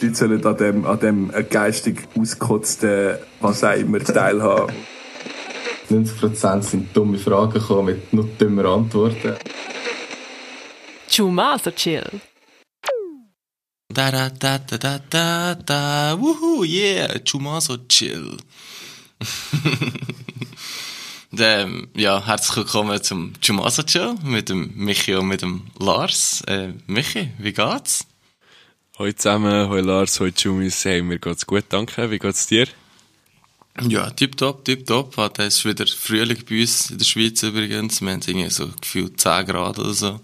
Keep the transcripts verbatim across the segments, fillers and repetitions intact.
die Leute sollen an dem, an dem geistig ausgekotzten, was auch immer, teilhaben. neunzig Prozent sind dumme Fragen gekommen mit noch dümmer Antworten. Chumaso chill. Da da da da da da da, wuhu, yeah, Chumaso chill. ähm, ja, herzlich willkommen zum Chumaso chill mit dem Michi und mit dem Lars. Äh, Michi, wie geht's? Hoi zusammen, hoi Lars, hoi Chumis. Hey, mir geht's gut, danke. Wie geht's dir? Ja, tipptopp, tipptopp. Es ist wieder Frühling bei uns in der Schweiz übrigens. Wir haben irgendwie so gefühlt zehn Grad oder so.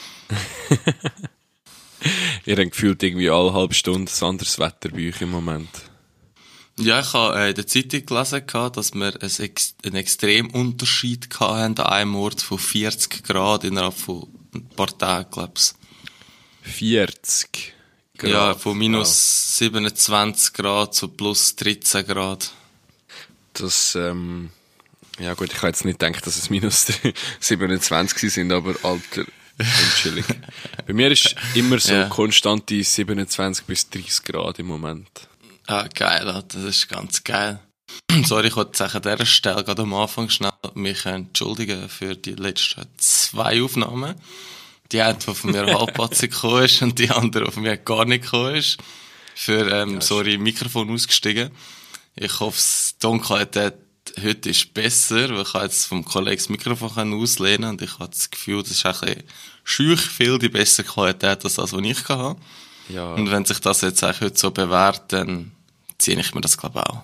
Ihr habt gefühlt irgendwie alle halbe Stunde ein anderes Wetter bei euch im Moment. Ja, ich habe in der Zeitung gelesen, dass wir einen extremen Unterschied hatten an einem Ort von vierzig Grad innerhalb von ein paar Tagen, glaube ich. vierzig Grad? Ja, von minus siebenundzwanzig Grad zu plus dreizehn Grad. Das, ähm, ja gut, ich habe jetzt nicht gedacht, dass es minus siebenundzwanzig sind, aber Alter, chillig. Bei mir ist immer so ja. konstante siebenundzwanzig bis dreißig Grad im Moment. Ah, geil, das ist ganz geil. Sorry, ich wollte sagen, an dieser Stelle gerade am Anfang schnell mich entschuldigen für die letzten zwei Aufnahmen. Die eine, die von mir halbpatzig gekommen ist und die andere, die von mir gar nicht gekommen ist. Für, ähm, ja, sorry, Mikrofon ausgestiegen. Ich hoffe, die Tonqualität heute ist besser, weil ich jetzt vom Kollegen das Mikrofon auslehnen und ich habe das Gefühl, das ist ein bisschen schüch viel die bessere Qualität als das, was ich hatte. Ja. Und wenn sich das jetzt eigentlich heute so bewährt, dann ziehe ich mir das, glaube ich, auch.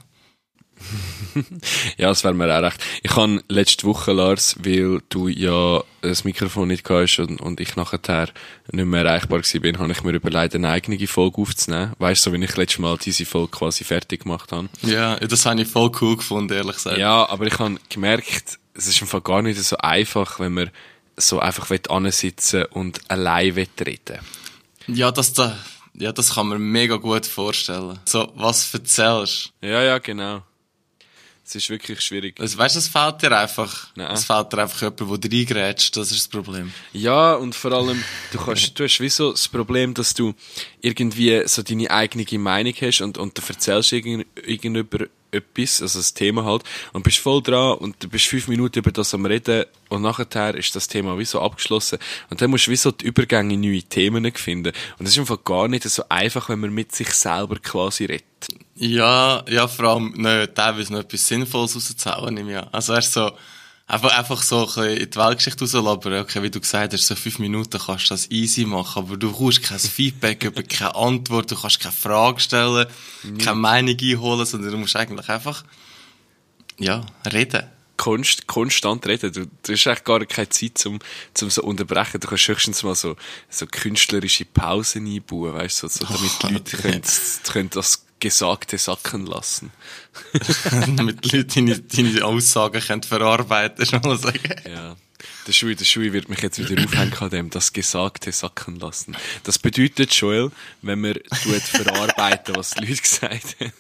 Ja, das wäre mir auch recht. Ich habe letzte Woche, Lars, weil du ja das Mikrofon nicht hast und, und ich nachher nicht mehr erreichbar gewesen bin, habe ich mir überlegt, eine eigene Folge aufzunehmen. Weißt du, so wie ich letztes Mal diese Folge quasi fertig gemacht habe. Ja, das habe ich voll cool gefunden, ehrlich gesagt. Ja, aber ich habe gemerkt, es ist einfach gar nicht so einfach, wenn man so einfach ansitzen und allein reden. Ja, das da, ja, das kann man mega gut vorstellen. So, was erzählst? Ja, ja, genau. Es ist wirklich schwierig. Also, weißt du, es fehlt dir einfach. Nein. Es fehlt dir einfach jemand, der reingrätscht, das ist das Problem. Ja, und vor allem, du kannst, du hast wie so das Problem, dass du irgendwie so deine eigene Meinung hast und, und du erzählst irgend, irgendüber etwas, also das Thema halt, und bist voll dran und du bist fünf Minuten über das am Reden und nachher ist das Thema wie so abgeschlossen und dann musst du wie so die Übergänge in neue Themen finden. Und das ist einfach gar nicht so einfach, wenn man mit sich selber quasi redet. Ja, ja, vor allem, ne, teilweise noch etwas Sinnvolles rauszuhauen, nehme ich an. Also, er ist so, einfach, einfach so ein bisschen in die Weltgeschichte rauslabern. Okay, wie du gesagt hast, so fünf Minuten kannst du das easy machen, aber du brauchst kein Feedback, über keine Antwort, du kannst keine Frage stellen, mhm. keine Meinung einholen, sondern du musst eigentlich einfach, ja, reden. Konst, konstant reden. Du, du hast echt gar keine Zeit zum, zum so unterbrechen. Du kannst höchstens mal so, so künstlerische Pausen einbauen, weißt du, so, so, damit die Leute können, können das Gesagte sacken lassen. Damit die Leute deine, deine Aussagen können verarbeiten, schon mal sagen. Ja. Der Schui, der Schui wird mich jetzt wieder aufhängen an dem, das Gesagte sacken lassen. Das bedeutet, Joel, wenn wir tut verarbeiten, was die Leute gesagt haben.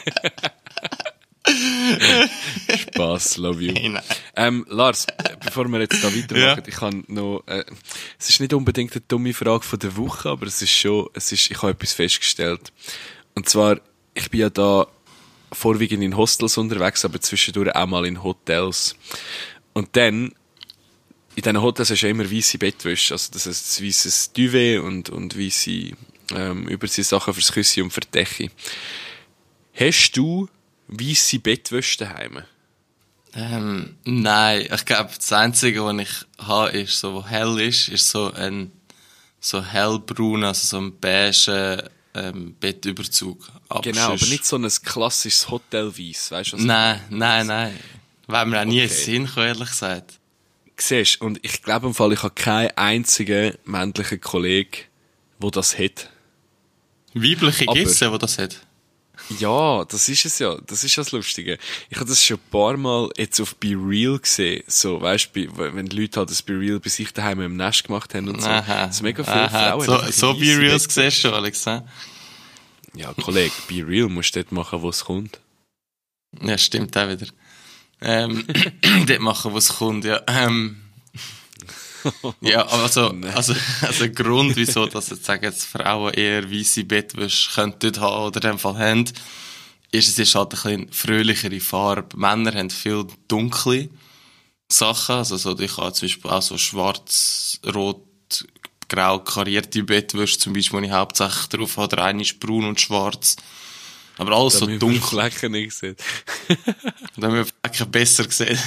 Spaß, love you. Nein, nein. Ähm, Lars, bevor wir jetzt da weitermachen, ja. ich habe noch, äh, es ist nicht unbedingt eine dumme Frage von der Woche, aber es ist schon, es ist, ich habe etwas festgestellt. Und zwar, ich bin ja da vorwiegend in Hostels unterwegs, aber zwischendurch auch mal in Hotels. Und dann, in diesen Hotels hast du ja immer weisse Bettwäsche, also das ist ein weisses Duvet und, und weisse, ähm, Überziehsachen fürs Küssi und für die Decke. Hast du weisse Bettwäsche daheim? Ähm, nein, ich glaube, das Einzige, was ich habe, ist so, was hell ist, ist so ein, so hellbraun, also so ein beige, ähm, Bettüberzug. Aber genau, sonst... aber nicht so ein klassisches Hotelweiss, weißt du? Nein, nein, nein. Weil mir auch nie okay. in Sinn kommt, ehrlich gesagt. Siehst, und ich glaube im Fall, ich habe keinen einzigen männlichen Kollegen, der das hat. Weibliche gibt es, der das hat? Ja, das ist es ja. Das ist das Lustige. Ich habe das schon ein paar Mal jetzt auf Be Real gesehen. So, weißt du, wenn die Leute halt das Be Real bei sich daheim im Nest gemacht haben und so. Aha. Das ist mega viele Aha. Frauen. So, so Be Reals siehst du schon, Alex, he? Ja, Kollege, Be Real musst du dort machen, wo es kommt. Ja, stimmt auch wieder. Ähm, dort machen, wo es kommt, ja. Ähm. Ja, aber also, also, also ein Grund, wieso, dass jetzt sagen, jetzt Frauen eher weisse Bettwäsche könnten haben oder in dem Fall haben, ist, es ist halt ein bisschen fröhlichere Farbe. Männer haben viel dunkle Sachen, also so, ich habe zum Beispiel auch so schwarz, rot, grau karierte Bettwäsche zum Beispiel, die ich hauptsächlich drauf habe, der eine ist braun und schwarz. Aber alles da so dunkel. Flecken nicht gesehen. Da haben wir Flecken besser gesehen.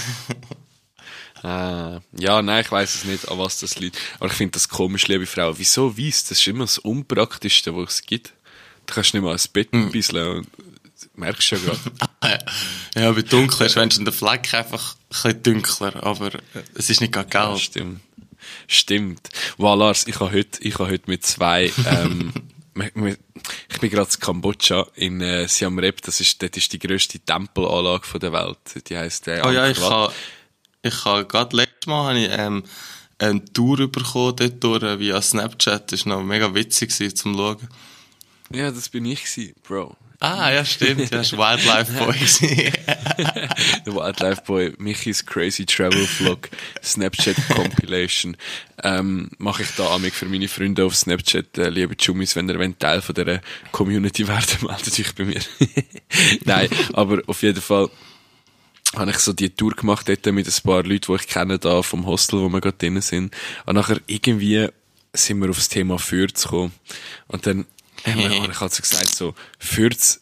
Ah, ja, nein, ich weiss es nicht, an was das liegt. Aber ich finde das komisch, liebe Frau. Wieso weiss? Das ist immer das Unpraktischste, was es gibt. Du kannst nicht mal ins Bett ein bisschen und merkst du ja gerade. Ja, bei dunkel ist wenn schon der Fleck einfach ein bisschen dunkler, aber es ist nicht gar gelb. Ja, stimmt. Stimmt. Wow, Lars, ich habe heute, ich habe heute mit zwei, ähm, ich bin gerade in Kambodscha, in äh, Siem Reap, das ist, dort ist die grösste Tempelanlage von der Welt. Die heisst, äh, oh ja, ich Angkor Wat. habe, ich habe gerade letztes Mal habe ich, ähm, eine Tour bekommen dort durch, via Snapchat. Das war noch mega witzig gewesen, zum Schauen. Ja, das bin ich gewesen, Bro. Ah, ja, stimmt. Ja, das war Wildlife Boy. Der Wildlife Boy, Michis Crazy Travel Vlog, Snapchat Compilation. Ähm, mache ich da amig für meine Freunde auf Snapchat, äh, liebe Chummis, wenn ihr wollt, Teil von dieser Community werden, meldet euch bei mir. Nein, aber auf jeden Fall habe ich so die Tour gemacht dort mit ein paar Leuten, die ich kenne, da vom Hostel, wo wir gerade drin sind. Und nachher irgendwie sind wir aufs Thema Fürth gekommen. Und dann und ich habe so gesagt, so, Fürth,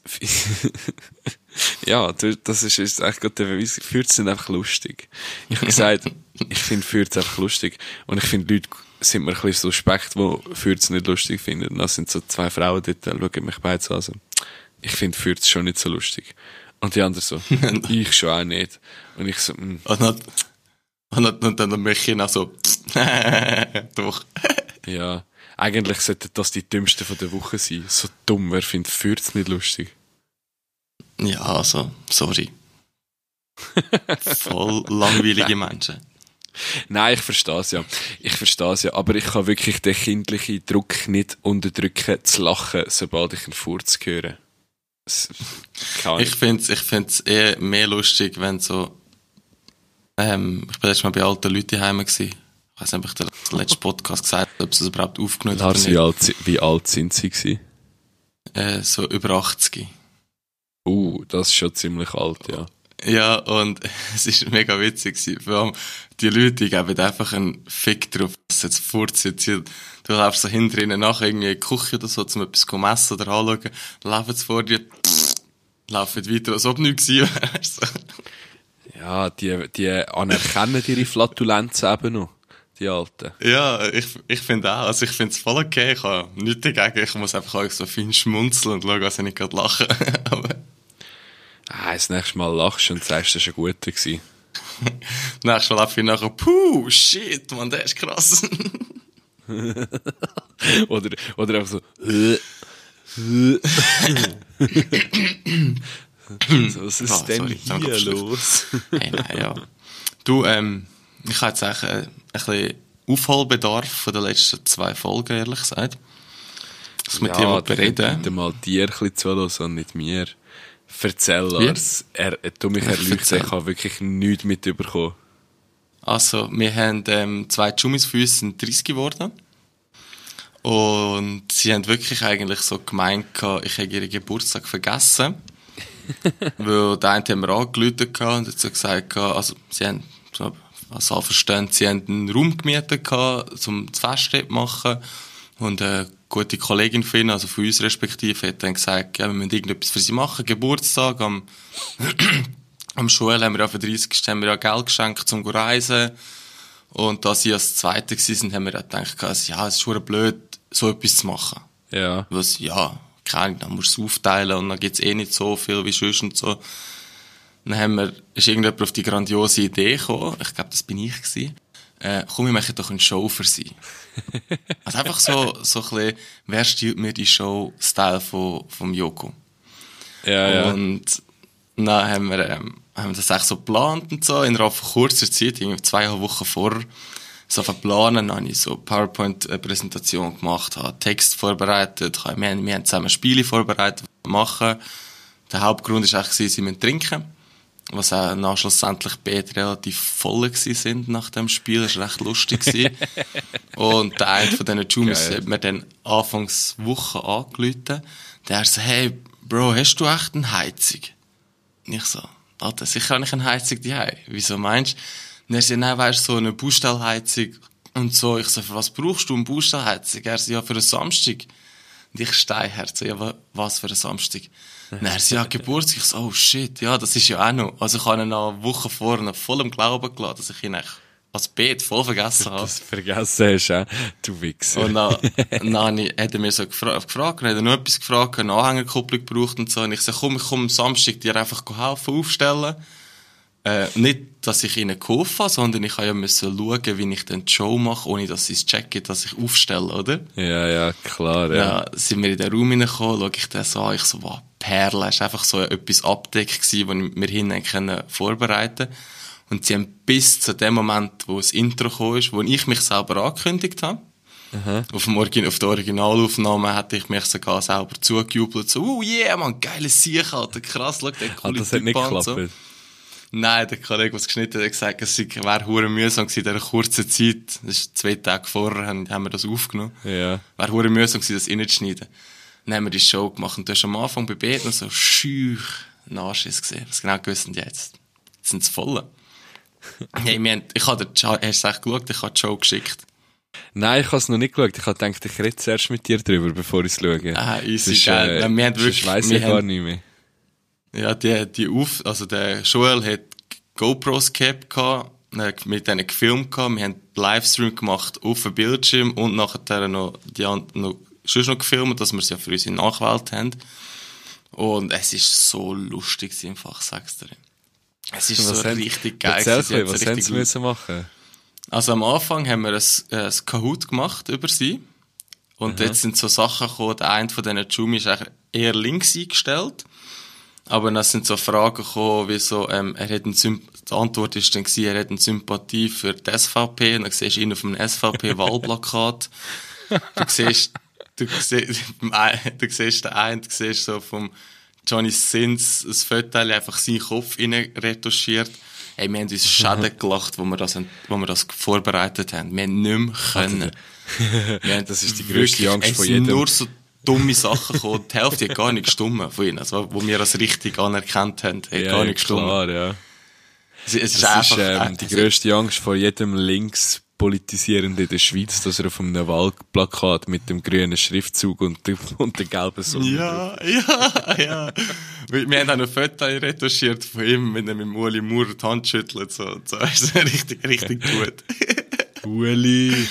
ja, das ist, ist eigentlich gerade der Beweis, Fürth sind einfach lustig. Ich habe gesagt, ich finde Fürth einfach lustig. Und ich finde, Leute sind mir ein bisschen suspekt, die Fürth nicht lustig finden. Und dann sind so zwei Frauen dort, schauen mich beide so an, so, ich finde Fürth schon nicht so lustig. Und die anderen so, ich schon auch nicht. Und ich so, mh. Und dann, und dann, dann möchte ich auch so, doch. Ja. Eigentlich sollten das die dümmsten von der Woche sein. So dumm, wer findet Fürth nicht lustig? Ja, also, sorry. Voll langweilige Menschen. Nein, ich verstehe es ja. Ich verstehe es ja. Aber ich kann wirklich den kindlichen Druck nicht unterdrücken, zu lachen, sobald ich einen Furz höre. Das kann ich finde es ich find's eher mehr lustig, wenn so, ähm, ich bin letztes Mal bei alten Leuten daheim gewesen. Ich weiss nicht, ob ich den letzten Podcast gesagt habe, ob sie es überhaupt aufgenommen haben. Lars, wie alt, wie alt sind sie gewesen? Äh, so über achtzig. Uh, das ist schon ziemlich alt, ja. Ja, und es ist mega witzig gewesen. Vor allem, die Leute, die geben einfach einen Fick drauf, dass sie jetzt vorziehen. Du läufst so hinter ihnen nach, irgendwie in die Küche oder so, um etwas zu messen oder anschauen, dann laufen sie vor dir, laufen weiter, als ob nichts gewesen wäre. Ja, die, die anerkennen ihre Flatulenz eben noch. Die Alten. Ja, ich, ich finde auch. Also ich finde es voll okay. Ich habe nichts dagegen. Ich muss einfach auch so fein schmunzeln und schauen, dass ich nicht gerade lache. Aber ah, das nächste Mal lachst du und sagst, das war ein guter gewesen. Nächstes Mal einfach nachher, puh, shit, man, der ist krass. oder, oder einfach so, so, was ist ah, denn sorry, hier los? Hey, nein, ja. Du, ähm, ich habe jetzt eigentlich äh, ein bisschen Aufholbedarf von den letzten zwei Folgen, ehrlich gesagt. Das mit ja, dir bereden. Bitte mal dir ein bisschen zuhören und nicht mir. Erzähl, Lars. Er, du mich erleuchten, ich habe wirklich nichts mitbekommen. Also, wir haben ähm, zwei Jummis von uns sind dreißig geworden. Und sie haben wirklich eigentlich so gemeint, ich habe ihren Geburtstag vergessen. Weil der eine haben wir angerufen und hat so gesagt, also sie haben, so, was alle verstehen, sie haben einen Raum gemietet gehabt, um das Fest zu machen. Und eine gute Kollegin von ihnen, also von uns respektive, hat dann gesagt, ja, wir müssen irgendetwas für sie machen, Geburtstag. Am, am Schul haben wir ja für dreißigsten haben wir ja Geld geschenkt, um zu reisen. Und da sie als Zweite waren, haben wir dann gedacht, ja, es ist schon blöd, so etwas zu machen. Ja. Was, ja, keine Ahnung, dann musst du es aufteilen und dann gibt's eh nicht so viel wie sonst und so. Dann haben wir, ist irgendjemand auf die grandiose Idee gekommen, ich glaube, das bin ich gewesen, äh, komm, wir machen doch eine Show für sie. Also einfach so, so ein bisschen, wer stiehlt mir die Show-Style von, vom Joko? Ja, ja. Und dann haben wir, ähm, haben wir das echt so geplant und so, in einer kurzer Zeit, irgendwie zwei Wochen vor, so verplanen, habe ich so PowerPoint-Präsentation gemacht, habe Text vorbereitet, wir haben, wir haben zusammen Spiele vorbereitet, machen. Der Hauptgrund war eigentlich, sie müssen trinken. was auch nach schlussendlich beide relativ voll gewesen sind nach dem Spiel. Das war recht lustig gewesen. Und der eine von diesen Jumis hat mir dann anfangs Woche angerufen. Der so, hey, Bro, hast du echt eine Heizung? Und ich so, Alter, sicher habe ich eine Heizung daheim. Wieso meinst du? Und er so, nein, weißt du, so eine Baustellheizung und so. Ich so, für was brauchst du eine Baustellheizung? Er so, ja, für einen Samstag. Und ich Steinherz, so, ja, was für einen Samstag? Und er so, ja, Geburtstag. Ich so, oh shit, ja, das ist ja auch noch. Also ich habe ihn eine Woche vorher noch voll im Glauben gelassen, dass ich ihn eigentlich als Beet voll vergessen habe. Das vergessen hast, äh? Du Wichser. Und dann, dann hat er mir so gefra- gefragt, und hat er noch etwas gefragt, eine Anhängerkupplung gebraucht und so. Und ich so, komm, ich komme am Samstag dir einfach helfen, aufstellen. Äh, nicht, dass ich ihnen geholfen habe, sondern ich habe ja müssen schauen, wie ich dann die Show mache, ohne dass sie es checken, dass ich aufstelle, oder? Ja, ja, klar, ja. Ja, sind wir in den Raum hineingekommen, schaue ich das an, ich so, wow, Perle, es war einfach so etwas abdeckt gewesen, was wir hinten können vorbereiten. Und sie haben bis zu dem Moment, wo das Intro gekommen ist, wo ich mich selber angekündigt habe, Aha. auf, dem Origin- auf der Originalaufnahme hätte ich mich sogar selber zugejubelt, so, oh yeah, man, geiles Sieg, Alter, krass, schau, der Ah, coole das hat nicht Typ an, geklappt. so. Nein, der Kollege, der es geschnitten hat, hat gesagt, es sei- wäre hure mühsam gewesen in dieser kurzen Zeit. Das ist zwei Tage vorher, haben, haben wir das aufgenommen. Ja. Wäre hure mühsam gewesen, das reinzuschneiden. Dann haben wir die Show gemacht und du hast am Anfang bei Beten so schüch einen Anschiss gesehen. Das genau gewusst, und jetzt, jetzt sind sie voll. Hey, wir haben, ich habe den, hast du es echt geschaut? Ich habe die Show geschickt. Nein, ich habe es noch nicht geschaut. Ich habe gedacht, ich rede zuerst mit dir drüber, bevor ich es schaue. Ah, easy, Sonst, geil. äh, Wir haben sonst wirklich, weiss wir ich gar haben, nicht mehr. ja, die, die auf, also der Joel hat GoPros gehabt, gehabt, äh, mit denen gefilmt gehabt. Wir haben Livestream gemacht auf dem Bildschirm und nachher noch, die anderen noch, schon noch gefilmt, dass wir es ja für unsere Nachwelt haben. Und es ist so lustig im Fach, sag's dir. Es ist Was so haben- richtig geil. Erzähl gewesen. Sie ein hat bisschen, so was haben richtig sie müssen machen? Also am Anfang haben wir ein, ein Kahoot gemacht über sie. Und jetzt sind so Sachen gekommen, der eine von diesen Jumi ist eigentlich eher links eingestellt. Aber dann sind so Fragen gekommen, wie so, ähm, er hat eine Symp- die Antwort ist dann gewesen, er hat eine Sympathie für die S V P. Und dann siehst du ihn auf einem S V P-Wahlplakat. Du siehst, du siehst, du siehst den einen, du siehst so vom Johnny Sins ein Foto, einfach seinen Kopf rein retuschiert. Hey, wir haben uns Schäden gelacht, wo wir das, wo wir das vorbereitet haben. Wir haben nicht mehr können. Wir haben Das ist die wirklich- grösste Angst es von sind jedem. nur so dumme Sachen gekommen. Die Hälfte hat gar nicht gestummen von ihnen. Also, wo wir das richtig anerkannt haben, hat gar nicht gestummen. klar, ja. Es, es ist Das einfach, ist ähm, äh, die also- grösste Angst vor jedem Linkspolitisierenden in der Schweiz, dass er auf einem Wahlplakat mit dem grünen Schriftzug und dem, und der gelben Sonne Ja, ja, ja. Wir wir haben auch noch Fotos retuschiert von ihm, wenn er mit dem Uli Maurer die Hand schüttelt. So, so. Das ist richtig, richtig gut. Uli.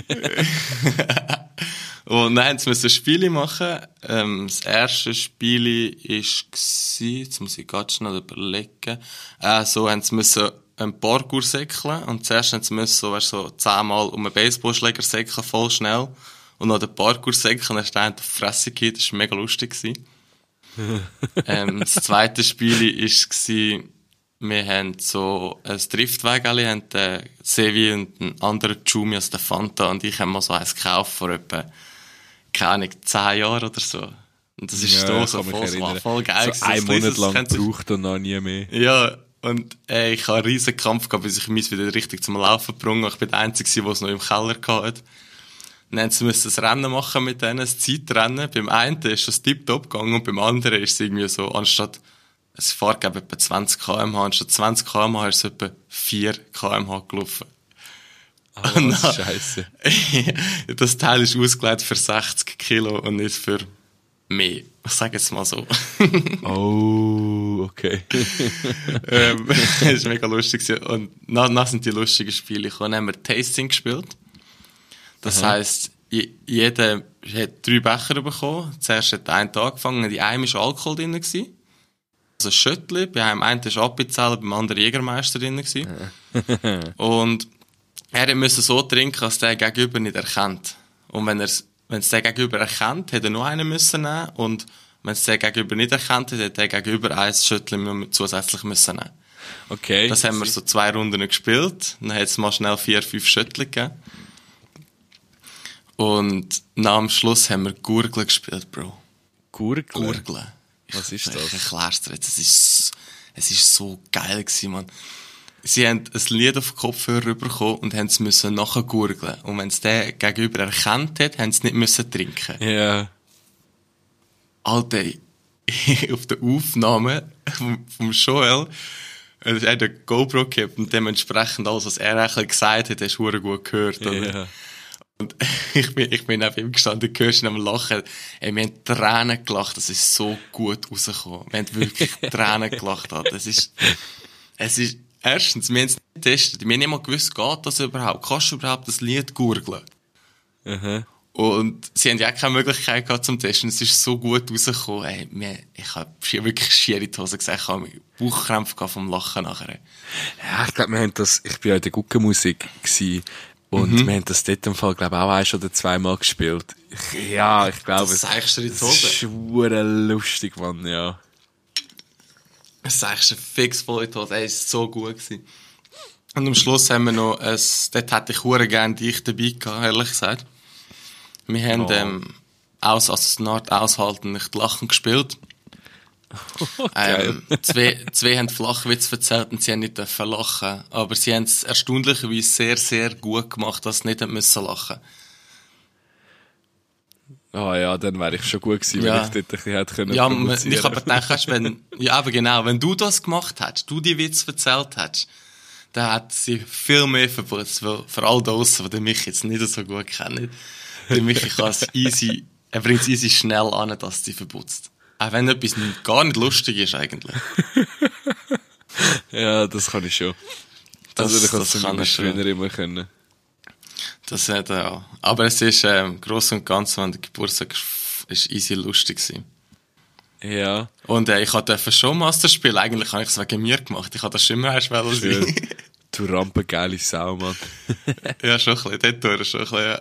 Und dann mussten sie Spiele machen. Ähm, das erste Spiel war, jetzt muss ich ganz schnell überlegen, äh, so haben sie müssen einen Parkour säckeln. Und zuerst haben sie müssen so, weißt, so zehnmal um einen Baseballschläger säckeln, voll schnell. Und noch den Parkour säckeln, dann stand auf die Fresse gegeben. Das war mega lustig gewesen. ähm, das zweite Spiel war, wir haben so ein Driftweg, alle haben den Sevi und einen anderen Jumi, also den Fanta, und ich haben mal so eins gekauft vor etwa, keine Ahnung, zehn Jahren oder so. Und das ist Ja, da ich so kann mich voll, erinnern. voll geil. So einen gewesen. Monat lang Das kennt- gebraucht und noch nie mehr. Ja, und ey, ich habe einen riesen Kampf gehabt, bis ich mich wieder richtig zum Laufen gebracht habe. Ich bin der Einzige, der es noch im Keller hatte. Dann mussten sie ein Rennen machen mit denen, ein Zeitrennen. Beim einen ist es tiptop gegangen und beim anderen ist es irgendwie so, anstatt, es fährt glaube ich etwa zwanzig Kilometer pro Stunde, anstatt zwanzig Kilometer pro Stunde ist es etwa vier Kilometer pro Stunde gelaufen. Ah, Und was dann- Scheiße. Das Teil ist ausgelegt für sechzig Kilo und nicht für mehr. Ich sage jetzt mal so. Oh, okay. ähm, das war mega lustig. gewesen. Und dann, dann sind die lustigen Spiele gekommen. Dann haben wir Tasting gespielt. Das heisst, je- jeder hat drei Becher bekommen. Zuerst hat der eine angefangen, in einem war Alkohol drin. gewesen. Also ein Schöttli. Bei einem einen war Appenzeller, beim anderen Jägermeister drin. gewesen. Und er musste so trinken, dass der Gegenüber nicht erkennt. Und wenn er wenn es der Gegenüber erkennt, hätte er noch einen müssen nehmen. Und wenn es der Gegenüber nicht erkannt hat, hätte der Gegenüber ein Schöttli zusätzlich müssen nehmen. Okay. Das haben wir so zwei Runden gespielt. Dann hat es mal schnell vier, fünf Schöttli gegeben. Und nach am Schluss haben wir Gurgeln gespielt, Bro. Gurgeln. Gurgeln. Was ist Ich das? erklär's dir jetzt. Es ist, Es ist so geil gewesen, Mann. Sie haben ein Lied auf den Kopfhörer bekommen und haben es müssen nachher gurgeln. Und wenn es der gegenüber erkannt hat, haben sie es nicht müssen trinken. Ja. Yeah. Alter, auf der Aufnahme vom, vom Joel, er hat eine GoPro gehabt und dementsprechend alles, was er eigentlich gesagt hat, hast du verdammt gut gehört, oder? Yeah. Und ich bin, ich bin neben ihm gestanden, du hörst ihn am Lachen. Ey, wir haben Tränen gelacht, das ist so gut rausgekommen. Wir haben wirklich Tränen gelacht, Alter. Es ist, es ist, erstens, wir haben es nicht getestet. Wir haben nicht mal gewusst, geht das überhaupt? Kannst du überhaupt das Lied gurgeln? Uh-huh. Und sie haben ja auch keine Möglichkeit gehabt zum Testen. Es ist so gut rausgekommen. Ey, wir, ich habe wirklich schier in die Hose gesagt, ich habe Bauchkrämpfe vom Lachen nachher. Ja, ich glaube, wir haben das, ich bin ja in der Guckenmusik gewesen. Und mhm. wir haben das dort im Fall, glaube ich, auch ein oder zweimal gespielt. Ich, ja, ich glaube, das es du ist schwere lustig, Mann, ja. Das sagst du fix voll in die Hose. Ey, es war so gut gewesen. Und am Schluss haben wir noch ein, dort hätte ich verdammt gerne dich dabei gehabt, ehrlich gesagt. Wir haben, oh. ähm, aus, also eine Art Aushalten nicht Lachen gespielt. ähm, zwei, zwei haben Flachwitz erzählt und sie haben nicht dürfen lachen. Aber sie haben es erstaunlicherweise sehr, sehr gut gemacht, dass sie nicht müssen lachen. Ah, oh ja, dann wäre ich schon gut gewesen, ja. wenn ich dort ein bisschen hätte können. Ja, ich habe gedacht, wenn, ja, aber genau, wenn du das gemacht hättest, du die Witz erzählt hättest, dann hat sie viel mehr verputzt, für, für all draussen, die mich jetzt nicht so gut kennen. Der Michi kann es easy, er bringt es easy schnell an, dass sie verputzt. Auch wenn etwas gar nicht lustig ist, eigentlich. Ja, das kann ich schon. Das, also, das, das kann ich schon. Früher immer können. Das hat er ja. Aber es ist, ähm, gross und ganz, wenn der Geburtstag ist, ist easy lustig gewesen. Ja. Und, äh, ich hatte schon Master spielen. Eigentlich habe ich es wegen mir gemacht. Ich habe das schon immer erst wollen sein. Du rampengeile Sau, Mann. Ja, schon ein bisschen. Dort durch, schon ein bisschen, ja.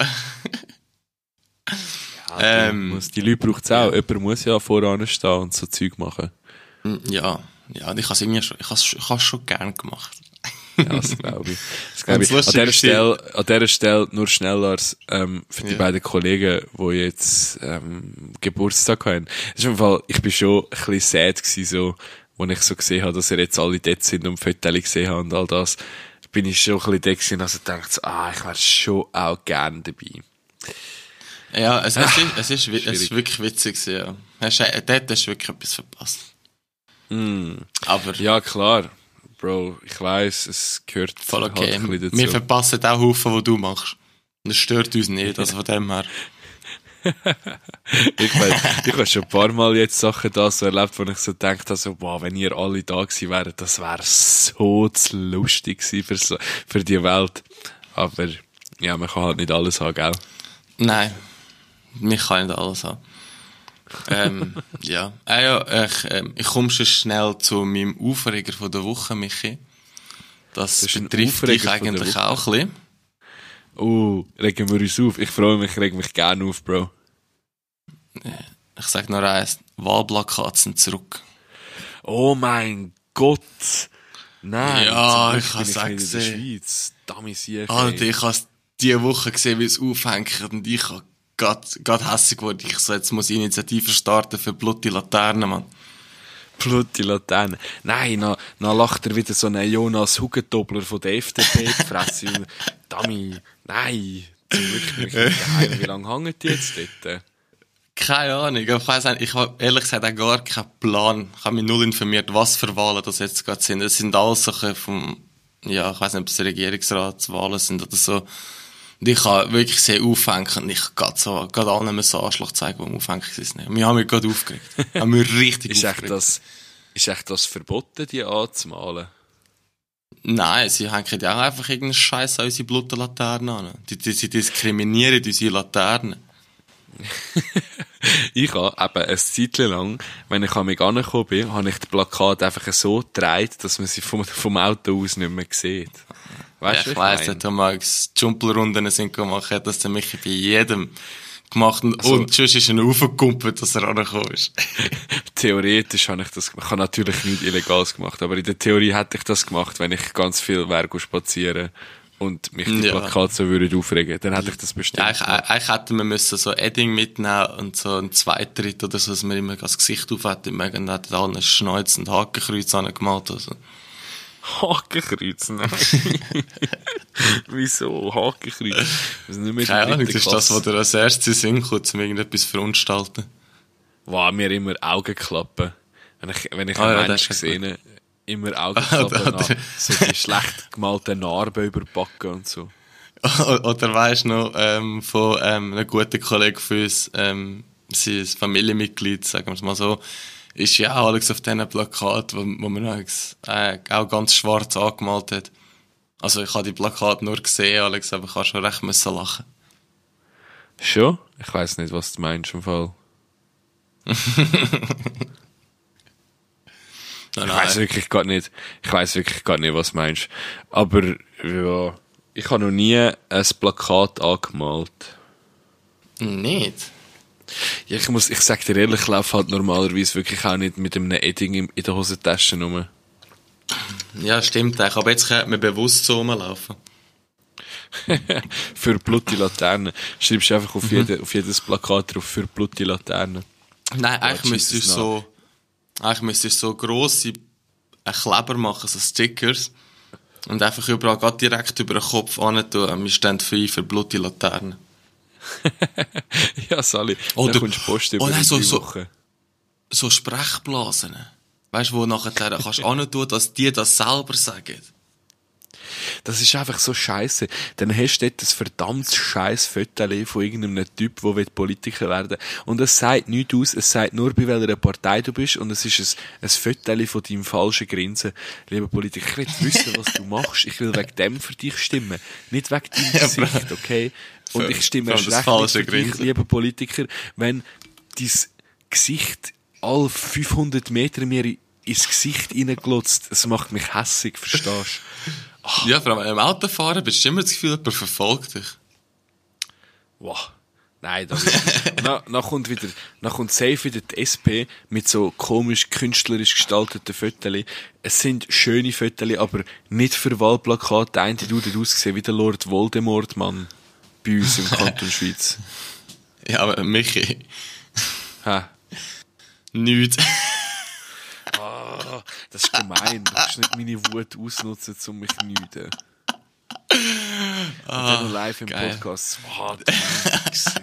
Ja, ähm, muss, die Leute braucht es auch. Ja. Jemand muss ja voran stehen und so Zeug machen. Ja, ja, ich habe es irgendwie schon, ich habe es, ich habe es schon gern gemacht. Ja, das glaube ich. Das glaube ich. An dieser Stelle, an dieser Stelle nur schnell als, ähm, für die ja. beiden Kollegen, die jetzt, ähm, Geburtstag haben. Das ist im Fall, ich bin schon ein bisschen sad gewesen, so, als ich so gesehen habe, dass ihr jetzt alle dort sind und Fotos gesehen haben und all das. Bin ich schon ein bisschen dort gewesen, also dachte so, ah, ich wäre schon auch gern dabei. Ja, es, es, ist, es, ist, es ist wirklich witzig, ja. Hast, äh, dort hast du wirklich etwas verpasst. Mm. Aber. Ja, klar. Bro, ich weiss, es gehört voll okay. Halt ein bisschen dazu. Wir verpassen auch Haufen, die du machst. Das stört uns nicht, also von dem her. ich weiß, ich habe schon ein paar Mal jetzt Sachen da so erlebt, wo ich so gedacht habe, so, wow, wenn ihr alle da gewesen wäret, das wäre so zu lustig gewesen für, so, für die Welt. Aber, ja, man kann halt nicht alles haben, gell? Nein. Mich kann nicht alles haben. ähm, ja. Ah, ja, ich, ähm, ich komme schon schnell zu meinem Aufreger von der Woche, Michi. Das, das betrifft dich eigentlich auch ein bisschen. Oh, regen wir uns auf. Ich freue mich, ich reg mich gerne auf, Bro. Ich sag nur eins, Wahlplakate sind zurück. Oh mein Gott! Nein, ja, ich habe es auch gesehen. In der Schweiz. Damisier. Alter, ich habe es diese Woche gesehen, wie es aufhängt und ich habe gerade hässig geworden. Ich so, jetzt muss ich Initiative starten für blutige Laternen, Mann. Blutige Laternen. Nein, dann, dann lacht er wieder so einen Jonas Hugendobler von der F D P die Fresse. Dummy, nein, zum Glück nicht daheim. Wie lange hängen die jetzt dort? Keine Ahnung, ich weiss nicht, ich habe ehrlich gesagt auch gar keinen Plan. Ich habe mich null informiert, was für Wahlen das jetzt gerade sind. Das sind alles solche vom, ja, ich weiss nicht, ob es Regierungsratswahlen sind oder so. Und ich habe wirklich sehr aufhängen und ich gerade so, gerade allen so Anschlag zeigen, die aufhängen sind. Wir haben mich gerade aufgeregt. haben mich richtig ist aufgeregt. Echt das, ist echt das verboten, die anzumalen? Nein, sie hängen ja auch einfach irgendeinen Scheiß an unsere Blutlaternen an. Die, die, sie diskriminieren unsere Laternen. Ich habe eben eine Zeit lang, wenn ich an mich angekommen bin, habe ich die Plakate einfach so gedreht, dass man sie vom, vom Auto aus nicht mehr sieht. Weißt ja, ich weiss, dass Thomas Jumpelrunden sind gemacht, hat das der Michi bei jedem gemacht und, also, und sonst ist er aufgekumpelt, dass er angekommen ist. Theoretisch habe ich das gemacht. Ich habe natürlich nichts Illegales gemacht, aber in der Theorie hätte ich das gemacht, wenn ich ganz viel wäre spazieren und mich die Ja. Plakate so würden aufregen, dann hätte ich das bestimmt. Ja, eigentlich, eigentlich hätten wir müssen so Edding mitnehmen und so ein Zweitritt oder so, dass man immer das Gesicht auf hat. Wir hätten allen ein Schneuz und Hakenkreuz angemalt. Also. Hakenkreuz, nein. Wieso? Hakenkreuz? Wir sind nicht mehr in der Keine Ahnung, dritten das ist das, Klasse. was dir als erstes in den Sinn kommt, um irgendetwas zu veranstalten. Wow, mir immer Augenklappen. Wenn ich, wenn ich Ah, einen ja, das Menschen ist ja gesehen immer Augenklappen Ah, nach, da- so die schlecht gemalten Narben überbacken und so. Oder weisst du noch, ähm, von ähm, einem guten Kollegen von uns, ähm, sein Familienmitglied, sagen wir es mal so, ist ja auch Alex auf diesen Plakat, wo, wo man Alex, äh, auch ganz schwarz angemalt hat. Also ich habe die Plakate nur gesehen, Alex, aber ich habe schon recht müssen lachen. Schon? Ich weiss nicht, was du meinst im Fall. Nein, Ich weiss nein. wirklich gar nicht. Ich weiss wirklich gar nicht, was du meinst. Aber, ja, ich habe noch nie ein Plakat angemalt. Nicht? Ja, ich muss, ich sag dir ehrlich, ich laufe halt normalerweise wirklich auch nicht mit einem Edding in in der Hosentasche rum. Ja, stimmt eigentlich. Aber jetzt könnte man bewusst so rumlaufen. Für blutige Laternen. Schreibst du einfach auf, jede, auf jedes Plakat drauf, für blutige Laternen. Nein, eigentlich Jesus, müsstest du nein. so, eigentlich müsstest du so grosse äh, Kleber machen, so Stickers. Und einfach überall grad direkt über den Kopf an tun. Wir stehen frei für blutige Laternen. Ja, Sally. Oder- Dann kommst du Post über Oh nein, in so- drei so- Wochen. So Sprechblasen. Weißt du, wo nachher kannst du antun, dass die das selber sagen. Das ist einfach so scheiße. Dann hast du dort ein verdammtes scheiß Foto von irgendeinem Typ, der Politiker werden will. Und es sagt nichts aus, es sagt nur, bei welcher Partei du bist, und es ist ein, ein Foto von deinem falschen Grinsen. Lieber Politiker, ich will wissen, was du machst. Ich will wegen dem für dich stimmen. Nicht wegen deinem Gesicht, okay? Und ich stimme Vor erst allem das recht nicht falsche für dich, Grinsen. lieber Politiker, wenn dein Gesicht alle fünfhundert Meter mir ins Gesicht reinglotzt. Es macht mich hässig, verstehst du? Ja, vor allem im Autofahren bist du immer das Gefühl, jemand verfolgt dich. Wow. Nein, da wird, na, na kommt wieder, na kommt safe wieder die S P mit so komisch künstlerisch gestalteten Fotos. Es sind schöne Fotos, aber nicht für Wahlplakate. Der eine tut dort ausgesehen wie der Lord Voldemort, Mann. Bei uns im Kanton Schweiz. Ja, aber Michi, Ha. nichts. Ah, das ist gemein. Du kannst nicht meine Wut ausnutzen, um mich zu nüden. Und dann noch live im geil. Podcast. Wow, du Wichser.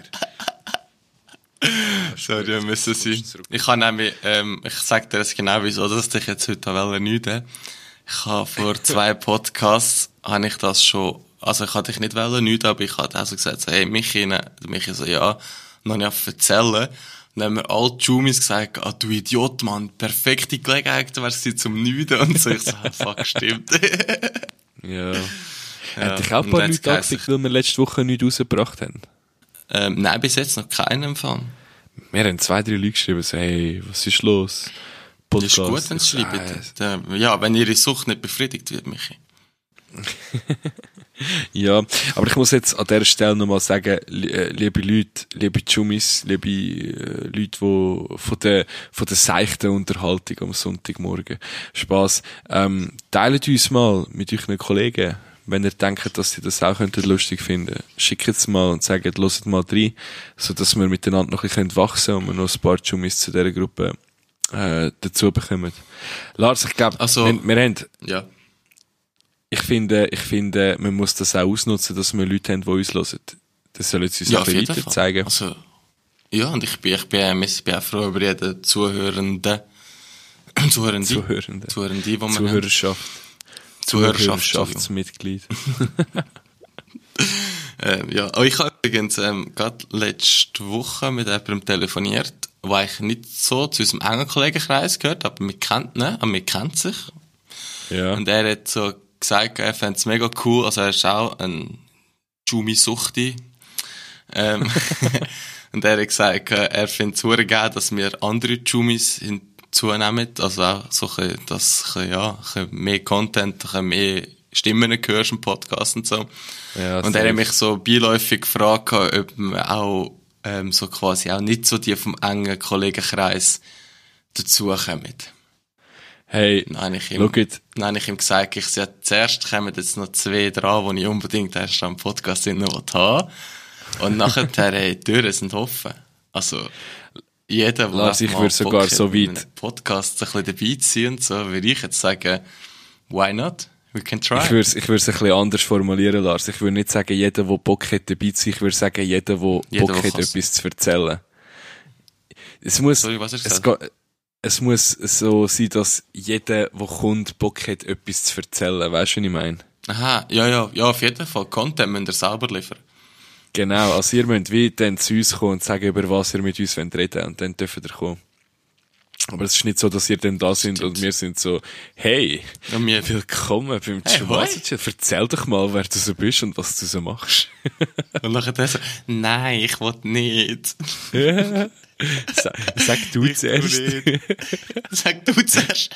Sorry, wir müssen sein. Ich habe nämlich, ähm, ich sag dir jetzt genau, wieso dass ich jetzt heute wollte nüden. Ich habe vor zwei Podcasts, habe ich das schon, also ich hatte dich nicht wollen nüden, aber ich hatte also gesagt, so, hey, Michi, ne? Und Michi so, ja. Und dann habe ich erzählen. Und dann haben wir alle Jumis gesagt, ah, du Idiot, Mann, perfekte Gelegenheit wäre es zum Nüden. Und so, ich so, ah, fuck, stimmt. Ja. Ja, Hätte ich auch ein und paar dann Leute hat's angefickt, weil wir letzte Woche nichts rausgebracht haben. ähm, nein, bis jetzt noch keinen empfangen. Wir haben zwei, drei Leute geschrieben, so, hey, was ist los? Das Podcast. ist gut, wenn sie Ich schreiben. weiss. Der- Ja, wenn ihre Sucht nicht befriedigt wird, Michi. Ja, aber ich muss jetzt an dieser Stelle nochmal sagen, li- äh, liebe Leute, liebe Jumis, liebe äh, Leute, die von der, von der seichten Unterhaltung am Sonntagmorgen Spass, ähm, teilt uns mal mit euren Kollegen, wenn ihr denkt, dass sie das auch könnten lustig finden. Schickt es mal und sagt, hört mal rein, sodass wir miteinander noch ein bisschen wachsen und wir noch ein paar Jumis zu dieser Gruppe äh, dazu bekommen. Lars, ich glaube, Also- wir, wir haben Ja. ich finde, ich finde, man muss das auch ausnutzen, dass wir Leute haben, die uns hören. Das sollen sie uns Ja, ein auf bisschen jeden weiter Fall. zeigen. Also, ja, und ich bin, ich bin, ich bin auch froh über jeden Zuhörenden. Zuhörende. Zuhörende. Zuhörende, die wir haben. Zuhörerschaft. Zuhörerschaft. Zuhörerschaftsmitglied. Ähm, ja, aber ich habe übrigens ähm, gerade letzte Woche mit jemandem telefoniert, der eigentlich nicht so zu unserem engen Kollegenkreis gehört, aber wir kennt ihn, aber wir kennt sich. Ja. Und er hat so gesagt, er fände es mega cool, also er ist auch ein Jumi-Suchti. Ähm, und er hat gesagt, er findet es super geil, dass wir andere Jumis hinzunehmen, also auch so ein bisschen, dass ein bisschen, ja, ein bisschen mehr Content, ein bisschen mehr Stimmen hörst im Podcast und so. Ja, Und er hat mich so beiläufig gefragt, ob wir auch ähm, so quasi auch nicht so die vom engen Kollegenkreis dazukommen. Hey, Dann habe ich ihm, schau jetzt. dann habe ich ihm gesagt, ich sehe, zuerst kommen jetzt noch zwei dran, die ich unbedingt erst am Podcast haben will. Und nachher, hey, die Türen sind offen. Also, jeder, der Lars, ich mal würde sogar Bock hat, so in weit- einem Podcast ein bisschen dabei zu sein und so, würde ich jetzt sagen, why not? We can try. Ich würde es ich würd's ein bisschen anders formulieren, Lars. Ich würde nicht sagen, jeder, der Bock hat, dabei zu sein. Ich würde sagen, jeder, der Jeder, Bock der hat, kann's. etwas zu erzählen. Es muss, Sorry, was hast du es, gesagt? ga- es muss so sein, dass jeder, der kommt, Bock hat, etwas zu erzählen. Weißt du, was ich meine? Aha, ja, ja, ja, auf jeden Fall. Content müsst ihr selber liefern. Genau, also ihr müsst wie dann zu uns kommen und sagen, über was ihr mit uns reden wollt, und dann dürft ihr kommen. Aber es ist nicht so, dass ihr dann da sind und wir sind so, hey, Ja, wir, willkommen beim Hey, Schwarzenchill. Erzähl doch mal, wer du so bist und was du so machst. und nachher der so, nein, ich will nicht. Sag, sag du Ich zuerst. will nicht. Sag du zuerst.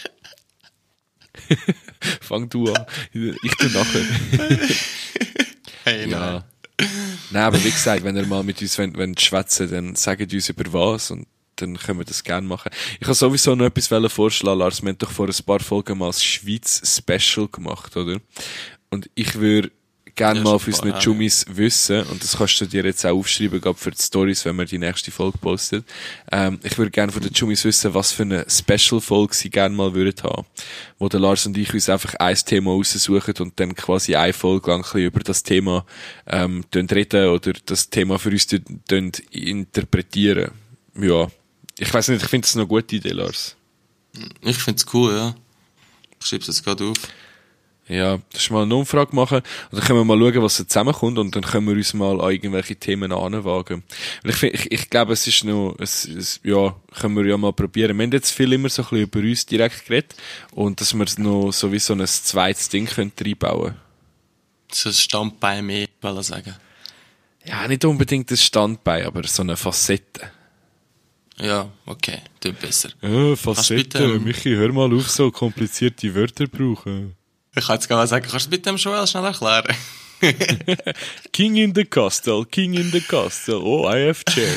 Fang du an. Ich tu nachher. Hey, Ja. nein. Nein, aber wie gesagt, wenn ihr mal mit uns wollt, wollt schwätzen, dann sagt uns über was und dann können wir das gerne machen. Ich habe sowieso noch etwas vorschlagen, Lars. Wir haben doch vor ein paar Folgen mal das Schweiz-Special gemacht, oder? Und ich würde gerne Ja, mal schon von ein paar, unseren ja. Jummis wissen, und das kannst du dir jetzt auch aufschreiben, gerade für die Stories, wenn wir die nächste Folge postet. Ähm, ich würde gerne von den Jummis wissen, was für eine Special-Folge sie gerne mal würden haben. Wo der Lars und ich uns einfach ein Thema raussuchen und dann quasi eine Folge lang ein bisschen über das Thema ähm, reden oder das Thema für uns interpretieren. Ja. Ich weiss nicht, ich finde das eine gute Idee, Lars. Ich find's cool, ja. Ich schreib's jetzt gerade auf. Ja, das ist mal eine Umfrage machen und dann können wir mal schauen, was da zusammenkommt und dann können wir uns mal an irgendwelche Themen anwagen. Weil ich, find- ich, ich glaube, es ist noch, es, es, ja, können wir ja mal probieren. Wir haben jetzt viel immer so ein bisschen über uns direkt geredet und dass wir noch so wie so ein zweites Ding können reinbauen. So ein Standbein mehr, will ich sagen. Ja, nicht unbedingt das Standbein, aber so eine Facette. Ja, okay, tut besser. Ja, Facette, bitte, ähm, Michi, hör mal auf, so komplizierte Wörter brauchen. Ich kann jetzt gar nicht sagen, kannst du bitte dem Joel schnell erklären? King in the castle, King in the castle, oh, I have chair.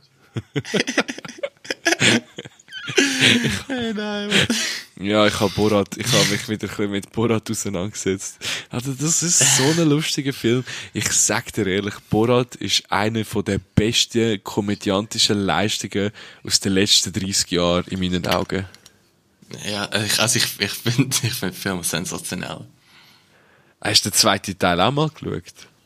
Hey, nein, Ja, ich habe Borat, ich habe mich wieder ein bisschen mit Borat auseinandergesetzt. Also, das ist so ein lustiger Film. Ich sag dir ehrlich, Borat ist eine von der besten komödiantischen Leistungen aus den letzten dreißig Jahren in meinen Augen. Ja, ich, also ich, ich finde ich find den Film sensationell. Hast du den zweiten Teil auch mal geschaut?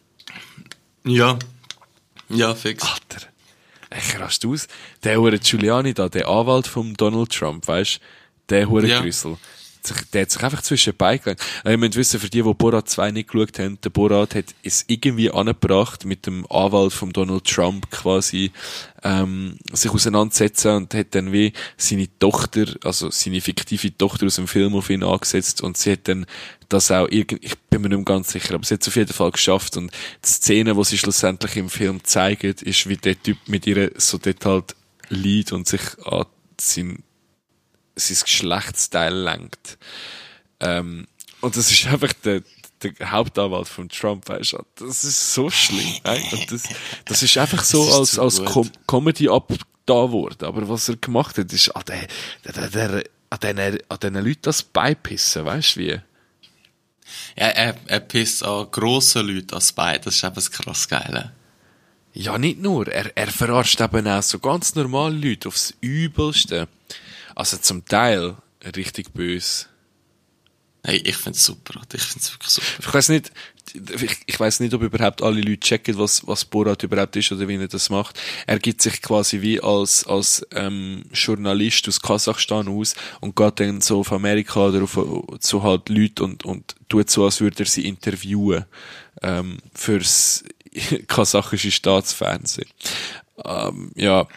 Ja. Ja, fix. Alter, ich rast aus. Der Hure Giuliani da, der Anwalt von Donald Trump, weisst, der Hure Ja. Grüssel. Der hat sich einfach zwischen die Beine gelegt. Ihr müsst wissen, für die, die Borat zwei nicht geschaut haben, der Borat hat es irgendwie angebracht, mit dem Anwalt von Donald Trump quasi, ähm, sich auseinandersetzen und hat dann wie seine Tochter, also seine fiktive Tochter aus dem Film auf ihn angesetzt und sie hat dann das auch irgendwie, ich bin mir nicht mehr ganz sicher, aber sie hat es auf jeden Fall geschafft und die Szene, die sie schlussendlich im Film zeigt, ist, wie der Typ mit ihr so dort halt liegt und sich an sein sein Geschlechtsteil lenkt. Ähm, und das ist einfach der, der Hauptanwalt von Trump, weißt du. Das ist so schlimm. Ey? Und das, das ist einfach so Das ist als, zu als gut. Com Comedy abgetan worden. Aber was er gemacht hat, ist an den, der, der, an den, an den Leuten das beipissen, weißt du wie? Ja, er, er pisst an grossen Leuten ans Bein. Das ist eben das krass Geile. Ja, nicht nur. Er, er verarscht eben auch so ganz normale Leute aufs Übelste. Also zum Teil richtig böse. Hey, ich find's super. Ich find's wirklich super. Ich weiß nicht, ich, ich weiß nicht, ob überhaupt alle Leute checken, was, was Borat überhaupt ist oder wie er das macht. Er gibt sich quasi wie als, als, ähm, Journalist aus Kasachstan aus und geht dann so auf Amerika oder auf, zu halt Leute und, und tut so, als würde er sie interviewen, ähm, fürs kasachische Staatsfernsehen. Ähm, ja.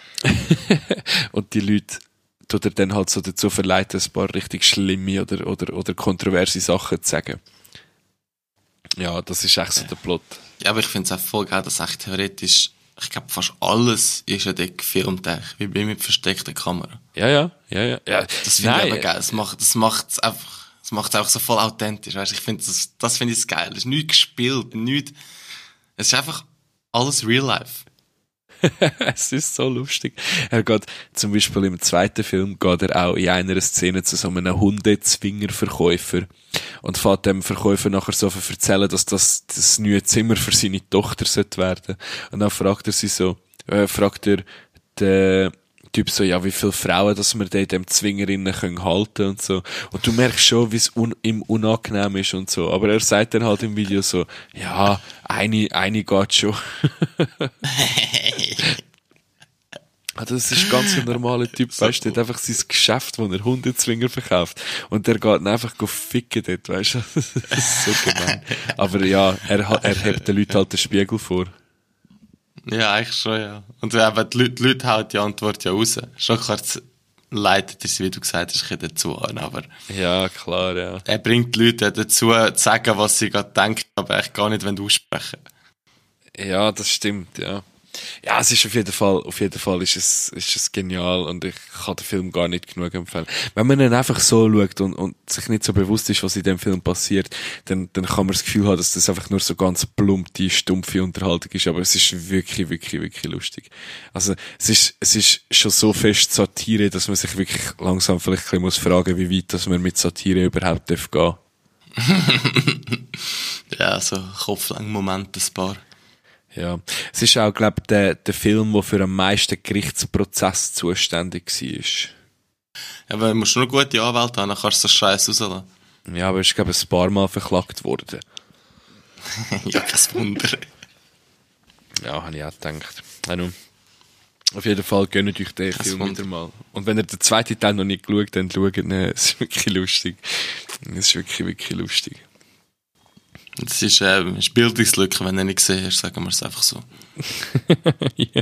Und die Leute, tut er dann halt so dazu verleiten, ein paar richtig schlimme oder, oder, oder kontroverse Sachen zu sagen. Ja, das ist echt so der Plot. Ja, aber ich find's auch voll geil, dass echt theoretisch, ich glaube fast alles ist ja dort gefilmt, eigentlich, wie bei mit versteckter Kamera. Ja, ja, ja, ja. ja. Das finde ich aber geil. Das macht, das macht's einfach, das macht's einfach so voll authentisch, weißt du. Ich finde das, das finde ich geil. Es ist nichts gespielt, nichts, es ist einfach alles real life. Es ist so lustig. Er geht, zum Beispiel im zweiten Film, geht er auch in einer Szene zu so einem Hundezwingerverkäufer und fährt dem Verkäufer nachher so erzählen, dass das das neue Zimmer für seine Tochter sollte werden. Und dann fragt er sie so, äh, fragt er den Typ so, ja, wie viele Frauen, dass wir da in dem Zwinger innen können halten und so. Und du merkst schon, wie es un ihm unangenehm ist und so. Aber er sagt dann halt im Video so, ja, eine, eine geht schon. Also das ist ganz ein normaler Typ, so, weißt du, der hat einfach sein Geschäft, wo er Hundezwinger verkauft. Und der geht dann einfach ficken dort, weißt du. Das ist so gemein. Aber ja, er, er hebt den Leuten halt den Spiegel vor. Ja, eigentlich schon, ja. Und eben, die Leute, die Leute hauen die Antwort ja raus. Schon klar, leitet er sie, wie du gesagt hast, ein bisschen dazu an, aber... Ja, klar, ja. Er bringt die Leute dazu, zu sagen, was sie gerade denken, aber echt gar nicht aussprechen. Ja, das stimmt, ja. Ja, es ist auf jeden Fall, auf jeden Fall ist es, ist es genial und ich kann den Film gar nicht genug empfehlen. Wenn man ihn einfach so schaut und, und sich nicht so bewusst ist, was in dem Film passiert, dann, dann kann man das Gefühl haben, dass das einfach nur so ganz plumpte, stumpfe Unterhaltung ist, aber es ist wirklich, wirklich, wirklich lustig. Also, es ist, es ist schon so fest Satire, dass man sich wirklich langsam vielleicht ein bisschen muss fragen, wie weit, dass man mit Satire überhaupt darf gehen. Ja, so kopflang Moment, ein paar. Ja, es ist auch, glaube ich, der, der Film, der für den meisten Gerichtsprozess zuständig war. Ja, aber du musst nur eine gute Anwälte haben, dann kannst du das Scheiß rauslassen. Ja, aber er ist, glaube ich, ein paar Mal verklagt worden. Ja, kein Wunder. Ja, habe ich auch gedacht. Also, auf jeden Fall gönnt euch den Kein Film Wunder. wieder mal. Und wenn ihr den zweiten Teil noch nicht geschaut habt, dann schaut ihn. Es ist wirklich lustig. Es ist wirklich, wirklich lustig. Das ist, äh, ist Bildungslücke, wenn du ihn nicht gesehen hast, sagen wir es einfach so. Ja.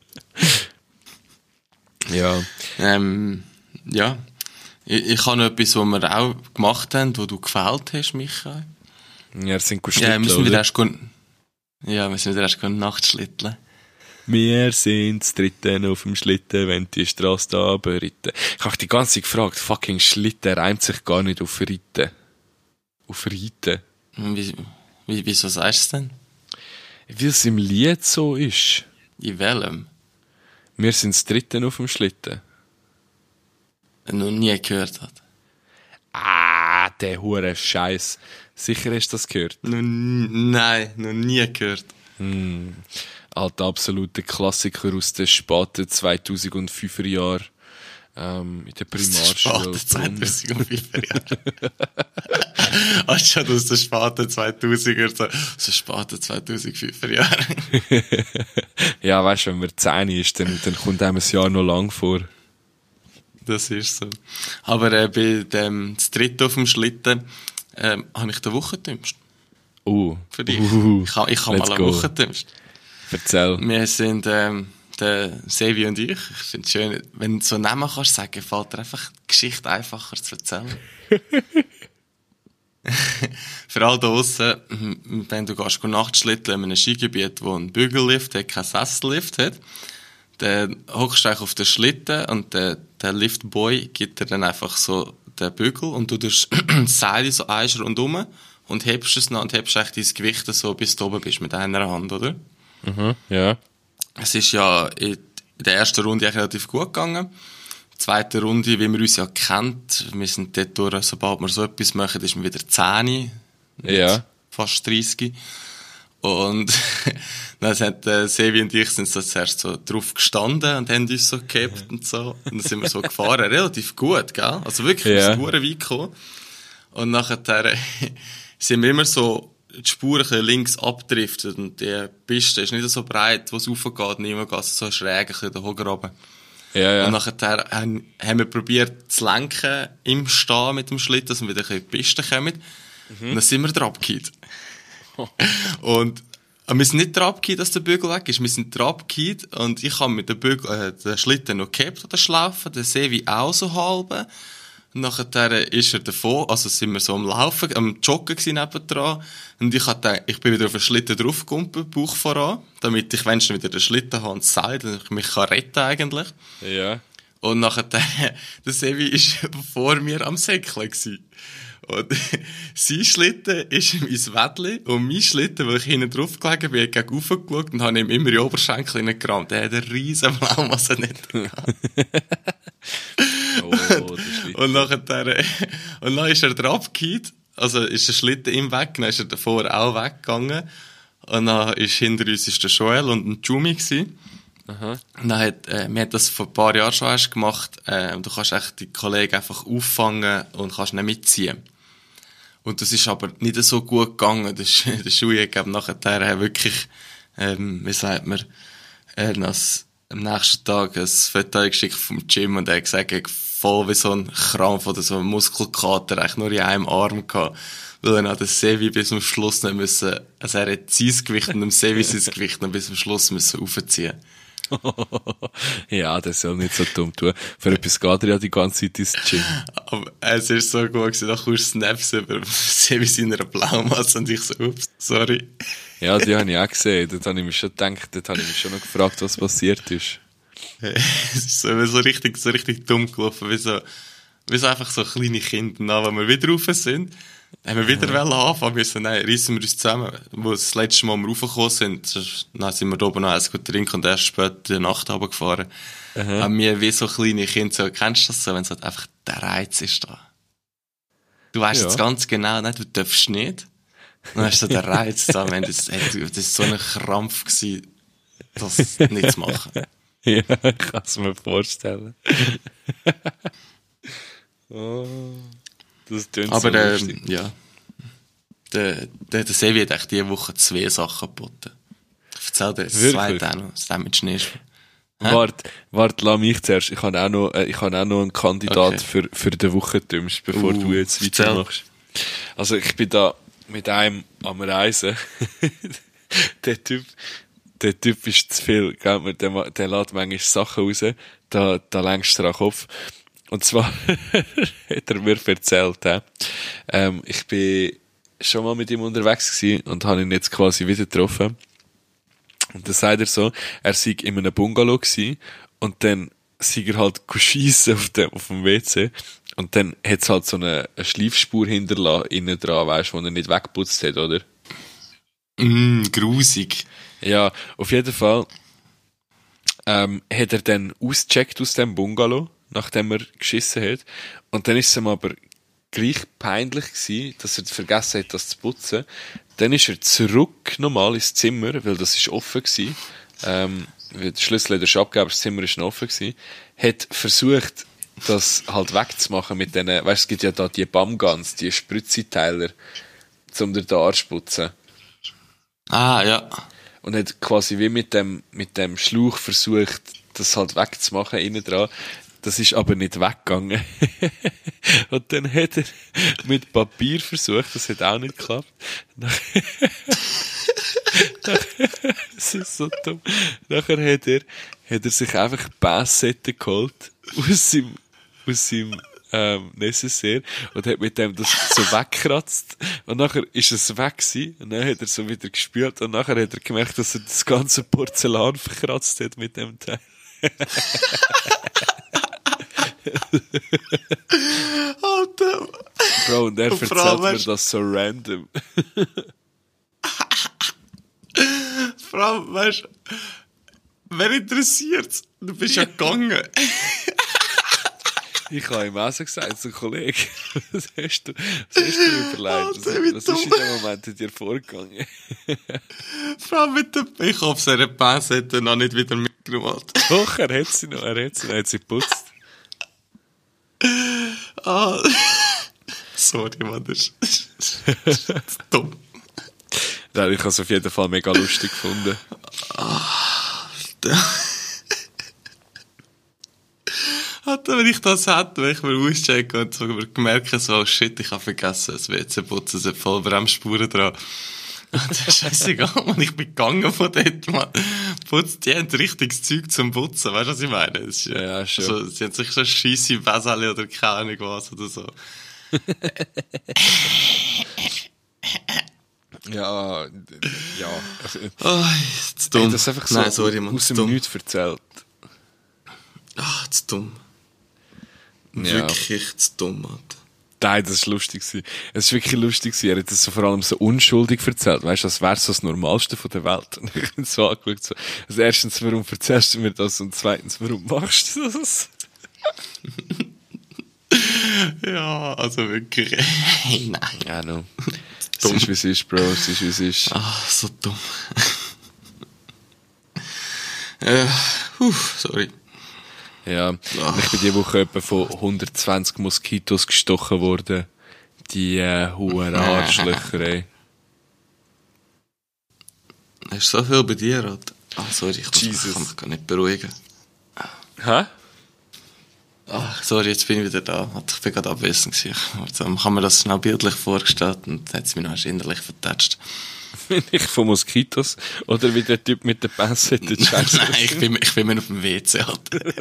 Ja. Ähm, ja. Ich, ich habe noch etwas, was wir auch gemacht haben, wo du gefällt hast, Michael. Ja, sind gut Ja, schlitteln, müssen wir oder? erst gehen, ja, müssen wir erst gehen Nachtschlitteln. Wir sind das Dritten auf dem Schlitten, wenn die Straße da runterreiten. Ich habe die ganze Zeit gefragt, fucking Schlitten reimt sich gar nicht auf Reiten. Auf Reiten. Wie, wie, wieso sagst du es denn? Weil es im Lied so ist. In welchem? Wir sind das Dritten auf dem Schlitten. Noch nie gehört hat. Ah, der hure Scheiß. Sicher hast du das gehört? Noch, n- nein, noch nie gehört. Hm. Alter, absoluter Klassiker aus den späten zweitausendfünfer Jahren. Ähm, in der Primarschule. Späten zweitausendfünfer Jahre. Hast du schon aus den späten zweitausender, so, aus den späten zweitausendfünfer Jahren? Ja, weißt du, wenn man zehn ist, dann, dann kommt einem ein Jahr noch lang vor. Das ist so. Aber äh, bei dem das Dritte auf dem Schlitten ähm, habe ich den Wochentümst. Oh. Für dich. Uh, ich habe ich hab let's mal einen go. Wochentümst. Erzähl. Wir sind, ähm, der Sevi und ich, ich finde es schön, wenn du so Namen kannst sagen, fällt dir einfach die Geschichte einfacher zu erzählen. Für all da draussen, wenn du gehst Nachtschlitteln in einem Skigebiet, wo ein Bügellift hat, kein Sessellift hat, dann hockst du eigentlich auf den Schlitten und der, der Liftboy gibt dir dann einfach so den Bügel und du tust das Seil so eins rundum und hebst es noch und hebst eigentlich dein Gewicht so, bis du oben bist mit einer Hand, oder? Mhm, ja. Es ist ja in der ersten Runde eigentlich relativ gut gegangen. Die zweite Runde, wie man uns ja kennt, wir sind dort durch, sobald wir so etwas machen, ist man wieder zehn, Ja. fast dreißig. Und dann hat äh, Sevi und ich sind so zuerst so drauf gestanden und haben uns so gehabt und so. Und dann sind wir so gefahren, relativ gut, gell? Also wirklich, wir Ja. sind verdammt weit gekommen. Und nachher äh, sind wir immer so die Spuren ein bisschen links abdriftet und die Piste ist nicht so breit, wo es raufgeht, nicht mehr geht, so schräg ein bisschen da hochgraben. Ja, ja. Und nachher haben, haben wir probiert zu lenken im Stehen mit dem Schlitten, dass wir wieder ein bisschen in die Piste kommen. Mhm. Und dann sind wir drauf gefallen. Und aber wir sind nicht drauf gefallen, dass der Bügel weg ist. Wir sind drauf gefallen und ich habe mit dem Bügel, äh, den Schlitten noch gehabt oder Schlaufen, der Sevi auch so halbe. Und nachher ist er davon, also sind wir so am Laufen, am Joggen gewesen nebendran. Und ich hatte, ich bin wieder auf den Schlitten draufgekumpelt, Bauch voran, damit ich wenigstens wieder den Schlitten habe und das Seil, damit ich mich kann retten eigentlich. Ja. Und nachher, der Sevi ist vor mir am Säckeln gewesen. Und sein Schlitten ist ihm ins Wädli und mein Schlitten, wo ich hinten drauf gelegen bin, hat gegen rauf geschaut und habe ihm immer in die Oberschenkel reingerammt. Der hat einen riesen Blaumasse nicht gehabt. Oh, das ist und nachher, und dann ist er drauf abgehauen, also ist der Schlitten ihm weg, dann ist er davor auch weggegangen. Und dann ist hinter uns ist der Joel und ein Jumi gewesen. Aha. Und dann hat, äh, wir haben das vor ein paar Jahren schon erst gemacht, äh, du kannst echt die Kollegen einfach auffangen und kannst nicht mitziehen. Und das ist aber nicht so gut gegangen. Der, Sch- der Schuhe hat nachher wirklich, ähm, wie sagt man, er hat uns am nächsten Tag ein Foto geschickt vom Gym und er hat gesagt, er hat voll wie so ein Krampf oder so ein Muskelkater, eigentlich nur in einem Arm gehabt. Weil er dann den Sevi bis zum Schluss nicht müssen, also er hat sein Gewicht und dem Sevi sein Gewicht noch bis zum Schluss müssen aufziehen. Ja, das soll nicht so dumm tun. Für etwas geht er ja die ganze Zeit ins Gym. Aber es ist so gut gewesen, da kommst du Snaps über Sevi seiner Blaumasse und ich so, ups, sorry. Ja, die habe ich auch gesehen. Dort habe ich mich schon gedacht, dort habe ich mich schon noch gefragt, was passiert ist. Es ist so, so richtig, so richtig dumm gelaufen, wie so, wie so einfach so kleine Kinder. Und dann, wenn wir wieder rauf sind, haben wir wieder ja. anfangen müssen, nein, reissen wir uns zusammen. Wo das letzte Mal wir raufgekommen sind, dann sind wir da oben noch eins gut trinken und erst später in der Nacht runtergefahren. Haben wir wie so kleine Kinder, so, kennst du das so, wenn es halt einfach der Reiz ist da? Du weißt ja. jetzt ganz genau, nein, du darfst nicht. Dann hast du den Reiz da, wenn das, ey, das ist so ein Krampf gewesen, das nicht zu machen. Ja, ich kann es mir vorstellen. Oh, das tönt aber so der, lustig. ja. Der, der, der Sevi hat echt diese Woche zwei Sachen geboten. Ich erzähl dir das zweite auch noch, das ist mit Schnee. Warte, warte, lass mich zuerst. Ich habe auch noch, äh, ich habe auch noch einen Kandidat okay. für, für den Wochentümst, bevor uh, du jetzt weitermachst. Also, ich bin da mit einem am Reisen. der Typ, der Typ ist zu viel, gell? Der, der lädt manchmal Sachen raus, da, da längst du an den Kopf. Und zwar hat er mir erzählt, äh, ähm, ich bin schon mal mit ihm unterwegs gewesen und habe ihn jetzt quasi wieder getroffen. Und dann sagt er so, er sei in einem Bungalow gewesen und dann sei er halt schiessen auf dem, auf dem W C und dann hat es halt so eine, eine Schleifspur hinterlassen, innen dran, weißt du, die er nicht weggeputzt hat, oder? Mm, grusig. Ja, auf jeden Fall, ähm, hat er dann ausgecheckt aus dem Bungalow, nachdem er geschissen hat. Und dann ist es ihm aber gleich peinlich gewesen, dass er vergessen hat, das zu putzen. Dann ist er zurück nochmal ins Zimmer, weil das ist offen gewesen. Ähm, der Schlüssel hat er schon abgegeben, aber das Zimmer ist noch offen gewesen. Hat versucht, das halt wegzumachen mit denen, weißt du, es gibt ja da die Bumguns, die Spritziteiler, um den Arsch zu putzen. Ah, ja. Und hat quasi wie mit dem, mit dem Schlauch versucht, das halt wegzumachen, innen dran. Das ist aber nicht weggegangen. Und dann hat er mit Papier versucht, das hat auch nicht geklappt. Nachher, nachher, das ist so dumm. Nachher hat er, hat er sich einfach Bassette geholt aus seinem, aus seinem, ähm, Necessaire und hat mit dem das so weggekratzt. Und nachher ist es weg gewesen. Und dann hat er so wieder gespült und nachher hat er gemerkt, dass er das ganze Porzellan verkratzt hat mit dem Teil. Alter. Bro, und er und erzählt Frau, mir das so random. Frau, weißt du, wer interessiert's? Du bist ja gegangen. Ich habe ihm auch so gesagt, so Kollege, was hast du, was hast du überlegt? Alter, was was ist in dem Moment in dir vorgegangen? Frau mit der, ich hoffe, seine Pässe hat er noch nicht wieder mitgemacht. Doch, er hat sie noch, er hat sie, er hat sie geputzt. Ah, sorry, Mann, das ist, das ist dumm. Ja, ich habe es auf jeden Fall mega lustig gefunden. Ah, Alter, wenn ich das hätte, wenn ich mir auschecken und so gemerkt so, oh shit, ich habe vergessen, das W C putzen, es hat voll Bremsspuren dran. Das ist scheißegal, man, ich bin gegangen von dort, man. Putzt, die haben richtiges Zeug zum Putzen, weißt du, was ich meine? Das ist, ja, schon. Also, sie haben sicher so scheisse Wässerli oder keine Ahnung was oder so. ja, ja. Oh, zu dumm. Hey, das ist einfach so Nein, sorry, man, aus dem Nichts erzählt. Ah, zu dumm. Ja. Wirklich zu dumm, Alter. Nein, das war lustig. Es war wirklich lustig. Er hat das so vor allem so unschuldig erzählt. Weißt du, das wäre so das Normalste von der Welt. Und ich bin so angeschaut, so, also erstens, warum erzählst du mir das? Und zweitens, warum machst du das? Ja, also wirklich. Hey, nein. Ja, no. Es ist, wie es ist, Bro. Es ist, wie es ist. Ach, so dumm. äh, uh, sorry. Ja, Ach. ich bin diese Woche etwa von hundertzwanzig Moskitos gestochen worden. Die äh, hohen Arschlöcher, ey. Hast du so viel bei dir, Rot? Ah, sorry, ich, muss, Jesus. ich kann mich gar nicht beruhigen. Hä? Ach, sorry, jetzt bin ich wieder da. Ich bin gerade abwesend gewesen. Also, ich habe mir das schnell bildlich vorgestellt und hat es mich noch erst innerlich vertätscht. Bin ich von Moskitos? Oder wie der Typ mit der Pinzette? Nein, ich bin, ich bin mir auf dem W C, Alter.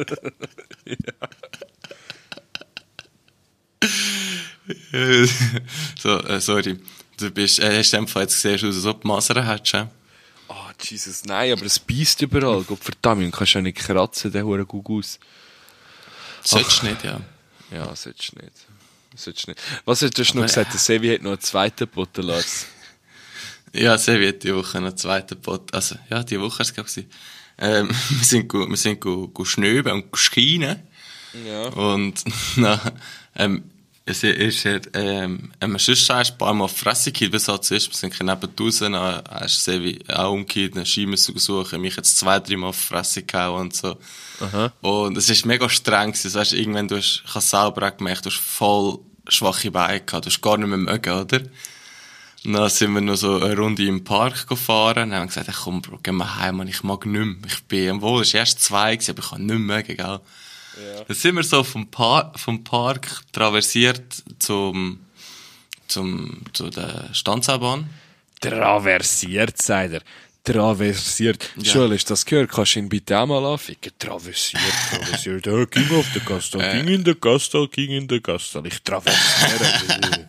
Ja. So, äh, sorry. Du bist, äh, hast du einfach jetzt gesehen, als ob du Masern hättest, äh? Oh, Jesus, nein, aber es beißt überall. Gott verdammt, du kannst ja nicht kratzen, der hure Gugus. Solltest du nicht, ja. Ja, solltest du nicht. Solltest nicht. Was hast du noch gesagt? Der Sevi hat noch einen zweiten Botten, Lars. Ja, Sevi hat die Woche einen zweiten Pot. Also, ja, die Woche war es, glaube ich. Ähm, wir sind, go, wir sind go, go schnöben und schreien. Ja. Und, na, ähm, es ist, er, ähm, wenn man sonst ein paar Mal auf die Fresse geht, wie es halt so ist, wir sind neben draussen, dann hast du Sevi auch umgekehrt, einen Ski müssen suchen, mich jetzt zwei, drei Mal auf die Fresse gehauen und so. Aha. Und es ist mega streng gewesen, weißt, irgendwann, du hast, ich habe selber auch gemerkt, du hast voll schwache Beine gehabt, du hast gar nicht mehr mögen, oder? Und dann sind wir noch so eine Runde im Park gefahren und haben gesagt, hey, komm, Bro, geh mal heim, man, ich mag nicht mehr. Ich bin, wohl, es war erst zwei gewesen, aber ich kann nicht mehr, gell? Ja. Dann sind wir so vom, Par- vom Park traversiert zum, zum, zu der Stanzabahn. Traversiert, sagt er. Traversiert. Ja. Schön, hast du das gehört? Kannst du ihn bitte auch mal anficken? Traversiert, traversiert. Ja, ging auf den Gastal, Äh. ging in den Gastal, ging in den Gastal. Ich traversiere.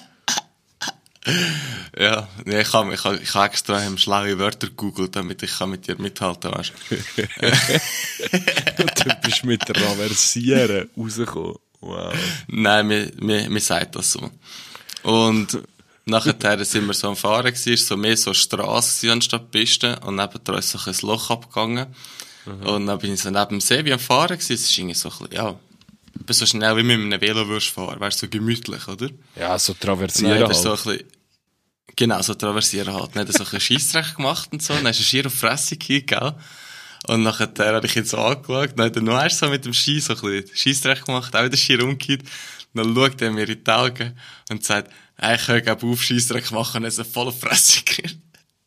Ja, nee, ich habe ich hab, ich hab extra ähm, schlaue Wörter gegoogelt, damit ich kann mit dir mithalten kann, weißt du. Du bist mit Traversieren rausgekommen. Wow. Nein, mir, mir, mir sagt das so. Und nachher sind wir so am Fahren gewesen, so mehr so Strasse anstatt Piste, und nebendran ist so ein Loch abgegangen. Mhm. Und dann bin ich so neben dem See wie am Fahren gewesen, es ist irgendwie so ein bisschen, ja, ich bin so schnell wie mit einem Velo würdest fahren, weißt du, so gemütlich, oder? Ja, so Nein, traversieren halt. halt. So ein bisschen, genau, so traversieren halt. Dann hat er so ein bisschen Scheissdreck gemacht und so, dann ist er schier auf die Fresse gegangen, gell? Und nachher habe ich ihn so angeschaut, dann hat er noch erst so mit dem Ski so ein bisschen Scheissdreck gemacht, auch wieder schier umgekehrt. Dann schaut er mir in die Augen und sagt, hey, ich kann auf Scheissdreck machen, und er ist so voll auf die Fresse gegangen.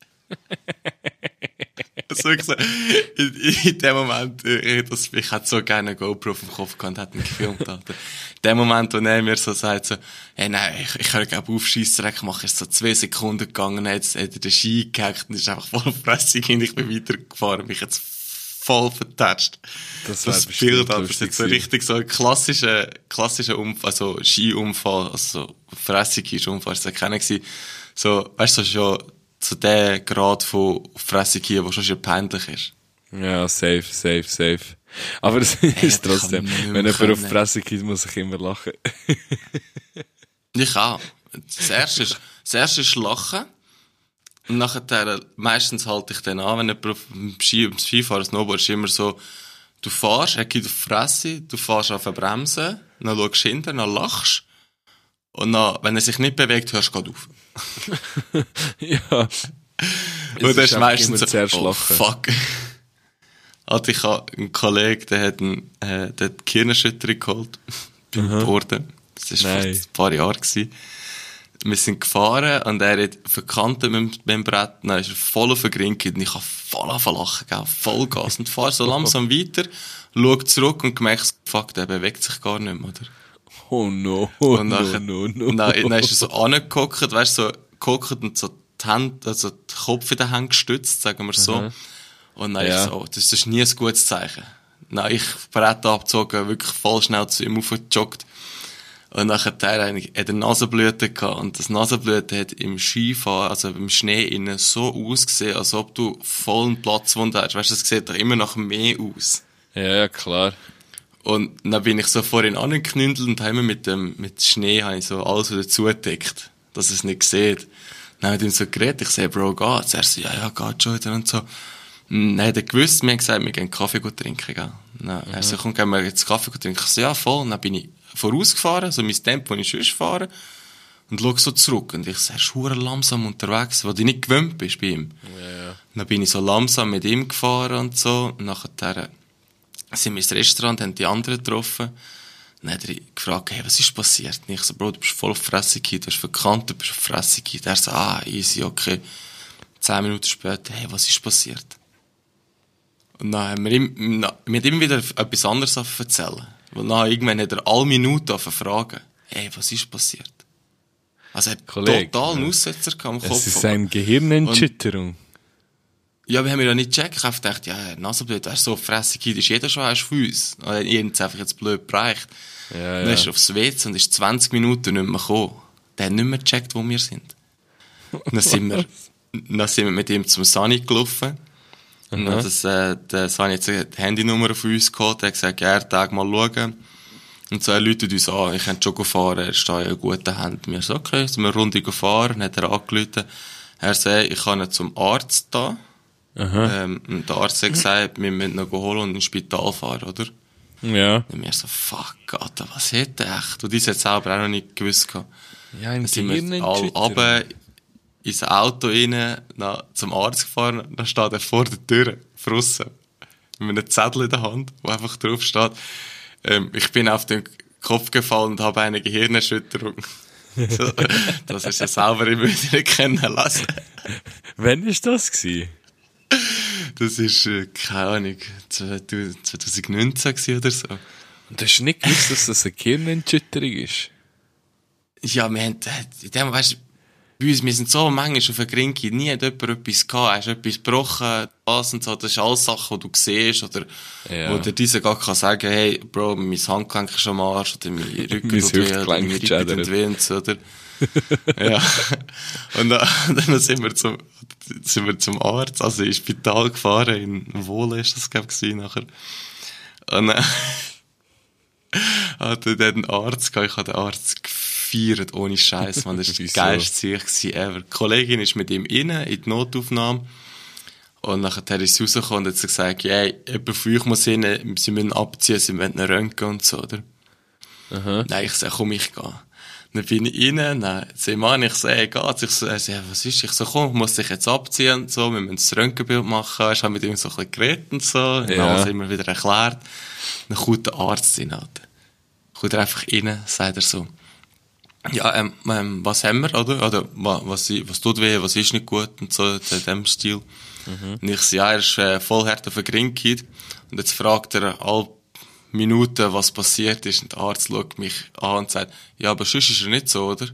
So gesagt, in, in, in dem Moment, ich, das, ich hätte so gerne eine GoPro auf dem Kopf gehabt und hätte ihn gefilmt, Alter. In dem Moment, wo er mir so sagt, so, hey, nein, ich, ich kann auf Scheissdreck machen, ist so zwei Sekunden gegangen, jetzt hat er den Ski gehackt und ist einfach voll auf die Fresse gegangen, ich bin weitergefahren, mich jetzt voll vertatscht. Das, Das das Bild, aber das ist jetzt so richtig so ein klassischer, klassischer Unfall, also Skiunfall, also so fressiger Unfall, ist das keiner gewesen. So, weißt du, so schon zu dem Grad von Fresse gehen, wo schon schon peinlich ist. Ja, safe, safe, safe. Aber es Hey, ist das trotzdem, kann nicht wenn mehr jemand auf die können. Fresse geht, muss ich immer lachen. Ich auch. Das erste ist, das erste ist Lachen. Und nachher, meistens halte ich dann an, wenn jemand auf dem Ski, beim Skifahren, Snowboard, ist immer so, du fährst, er geht auf die Fresse, du fährst auf die Bremse, dann schaust du hinten, dann lachst. Und dann, wenn er sich nicht bewegt, hörst du gerade auf. Ja. Und das ist einfach meistens immer so, zuerst oh, lachen. fuck. Also ich habe einen Kollegen, der hat, einen, äh, der hat Gehirnerschütterung geholt. Beim Borden. Das war vor Nein. ein paar Jahren gewesen. Wir sind gefahren und er hat verkannt mit, mit dem Brett. Dann ist er voll auf den Grin gegangen und ich habe voll angefangen lachen, gell? Voll Gas. Und fahre so langsam weiter, schaue zurück und gemerkt, fuck, der bewegt sich gar nicht mehr, oder? Oh no, oh Und no, nachher, no, no. und dann, dann ist er so angehockt, weißt du, so gehockt und so die Hände, also den Kopf in den Händen gestützt, sagen wir so. Aha. Und dann Ja. ich so, oh, das ist nie ein gutes Zeichen. Dann ich Brett abgezogen, wirklich voll schnell zu ihm aufgejoggt. Und nachher hat er eine Nasenblüte gehabt. Und das Nasenblüte hat im Skifahren, also im Schnee innen, so ausgesehen, als ob du voll einen Platzwunde hast. Weißt du, das sieht doch immer nach mehr aus. Ja, ja, klar. Und dann bin ich so vorhin angeknündelt und habe mit dem, mit Schnee habe ich so alles wieder zugedeckt, dass es nicht sieht. Dann habe ich ihm so geredet, ich sage, Bro, geht's? Er so, ja, ja, geht schon wieder und so. Dann hat er gewusst, wir haben gesagt, wir gehen Kaffee gut trinken, gell? Dann, mhm. Er so, komm, gehen wir jetzt Kaffee gut trinken. Ich so, ja, voll. Und dann bin ich vorausgefahren, so mein Tempo, wo ich sonst fahre, und schaue so zurück. Und ich so, er ist verdammt langsam unterwegs, weil du nicht gewöhnt bist bei ihm. Ja, ja. Dann bin ich so langsam mit ihm gefahren und so. Und nachher sind wir ins Restaurant, haben die anderen getroffen. Dann hat er gefragt, hey, was ist passiert? Und ich so, Bro, du bist voll auf Fresse gehabt, du hast verkannt, du bist auf Fresse gehabt. Er so, ah, easy, okay. Zehn Minuten später, hey, was ist passiert? Und dann haben wir ihm, wir haben immer wieder etwas anderes erzählen. Weil dann irgendwann hat er alle Minuten fragen, hey, was ist passiert? Also er hat Kollege, total einen ja. Aussetzer am Kopf. Es ist eine Gehirnerschütterung. Ja, wir haben ja nicht gecheckt. Ich habe gedacht, ja, Nasenblöd, er ist so fressig, ist jeder schon erst von uns. Und er hat einfach jetzt blöd bereicht. Ja, Dann ja. ist er aufs W C und ist zwanzig Minuten nicht mehr gekommen. Der hat nicht mehr gecheckt, wo wir sind. Dann sind wir, dann sind wir mit ihm zum Sani gelaufen. Und dann hat das, äh, der Sani hat die Handynummer auf uns geholt, er hat gesagt, ja, er Tag mal schauen. Und so, er läutet uns an, ich kann schon fahren, er steht in guten Händen. Wir so, okay, sind wir eine Runde gefahren, dann hat er angerufen. Er sagt, ich kann ihn zum Arzt da. Ähm, und der Arzt hat gesagt, wir müssen ihn holen und ins Spital fahren, oder? Ja. Und wir so, fuck, Gott, was hat der echt? Und das hat selber auch noch nicht gewusst. Ja, ein Dann sind wir alle Gehirnerschütterung. runter ins Auto rein, nach, zum Arzt gefahren, dann steht er vor der Tür, draussen, mit einem Zettel in der Hand, wo einfach drauf steht, ähm, ich bin auf den Kopf gefallen und habe eine Gehirnerschütterung. So, das ist ja selber im Video kennenlassen. Wann war das gewesen? Das ist, äh, keine Ahnung, zwanzig neunzehn gewesen oder so. Und du hast nicht gewusst, dass das eine Gehirnerschütterung ist? Ja, wir haben, in dem, weißt, bei uns, wir sind so manchmal auf der Grinke, nie hat jemand etwas gehabt, hast etwas gebrochen, was und so, das ist alles Sachen, die du siehst, oder, Ja. wo der dieser gar kann sagen, hey, Bro, mein Handgelenk ist am Arsch, oder mein Rücken Mein tut weh, oder Hüftgelenk mein ist Rücken schädert. tut weh, und so, oder? Ja. Und dann, dann sind wir zum, sind wir zum Arzt, also ins Spital gefahren, in Wohlen ist das, glaube ich, nachher. Und dann, hatte dann einen Arzt gehabt, ich habe den Arzt gefeiert, ohne Scheiß, man, das war das Wieso? geilste Sieg ever. Die Kollegin ist mit ihm rein, in die Notaufnahme, und nachher ist sie rausgekommen und hat so gesagt, ja, hey, jemand von euch muss rein, sie müssen abziehen, sie müssen röntgen und so, oder? Aha. Nein, ich sag, komm, ich gehe. Dann bin ich rein, dann sag ich, Mann, ich sag, hey, geht's? Ich so, er so, ja, was ist? Ich so, komm, muss dich jetzt abziehen und so, wir müssen das Röntgenbild machen, ich habe mit ihm so ein bisschen geredet und so, und dann Ja. alles immer wieder erklärt. Dann kommt der Arzt rein, Alter. Kommt er einfach rein, sagt er so, ja, ähm, ähm, was haben wir, oder? Oder, was, was, was tut weh, was ist nicht gut und so, in dem Stil. Mhm. Und ich so, ja, er ist äh, voll hart auf der Grinke. Und jetzt fragt er alle Minuten, was passiert ist, und der Arzt schaut mich an und sagt, ja, aber sonst ist er nicht so, oder?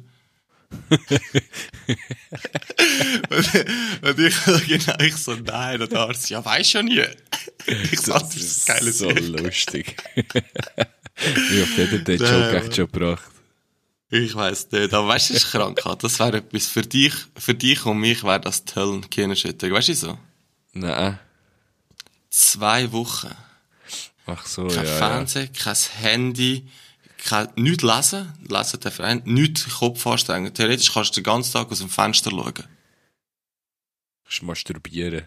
und, und ich so, genau, ich so, nein, und der Arzt, ja, weisst ja nie. Ich sag, das ist geil. so lustig. Wie oft hat er den Joke echt schon gebracht? Ich weiss nicht, aber weißt du, das ist krank. Das wäre etwas für dich, für dich und mich wäre das die Hölle, Gehirnerschütterung. Weißt du so? Nein. Zwei Wochen. Ach so, Kein ja, Fernsehen, kein Handy, kein, nichts lesen. Lesen darf er nicht, nichts Kopf anstrengen. Theoretisch kannst du den ganzen Tag aus dem Fenster schauen. ja. Kannst masturbieren.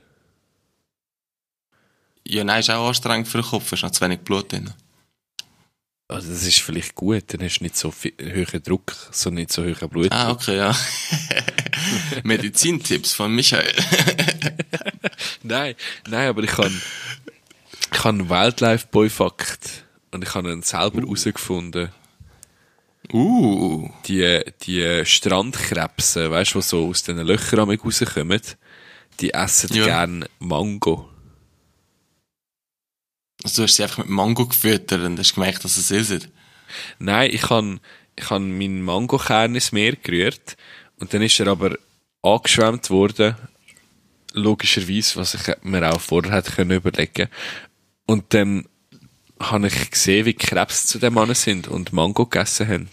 Ja, nein, ist auch anstrengend für den Kopf, ist noch zu wenig Blut drin. Also das ist vielleicht gut, dann hast du nicht so viel höheren Druck, so nicht so hohen Blutdruck. Ah, okay, ja. Medizintipps von Michael. Nein, nein, aber ich kann, ich habe einen Wildlife-Boy-Fakt und ich habe ihn selber herausgefunden. Uh. Die, die Strandkrebse, weißt du, die so aus diesen Löchern am rauskommen, die essen Ja. gerne Mango. Also du hast sie einfach mit Mango gefüttert und hast gemerkt, dass es ist. Nein, ich habe ich hab meinen Mangokern ins Meer gerührt und dann ist er aber angeschwemmt worden, logischerweise, was ich mir auch vorher hätte können überlegen. Und dann habe ich gesehen, wie Krebs zu dem Mann sind und Mango gegessen haben.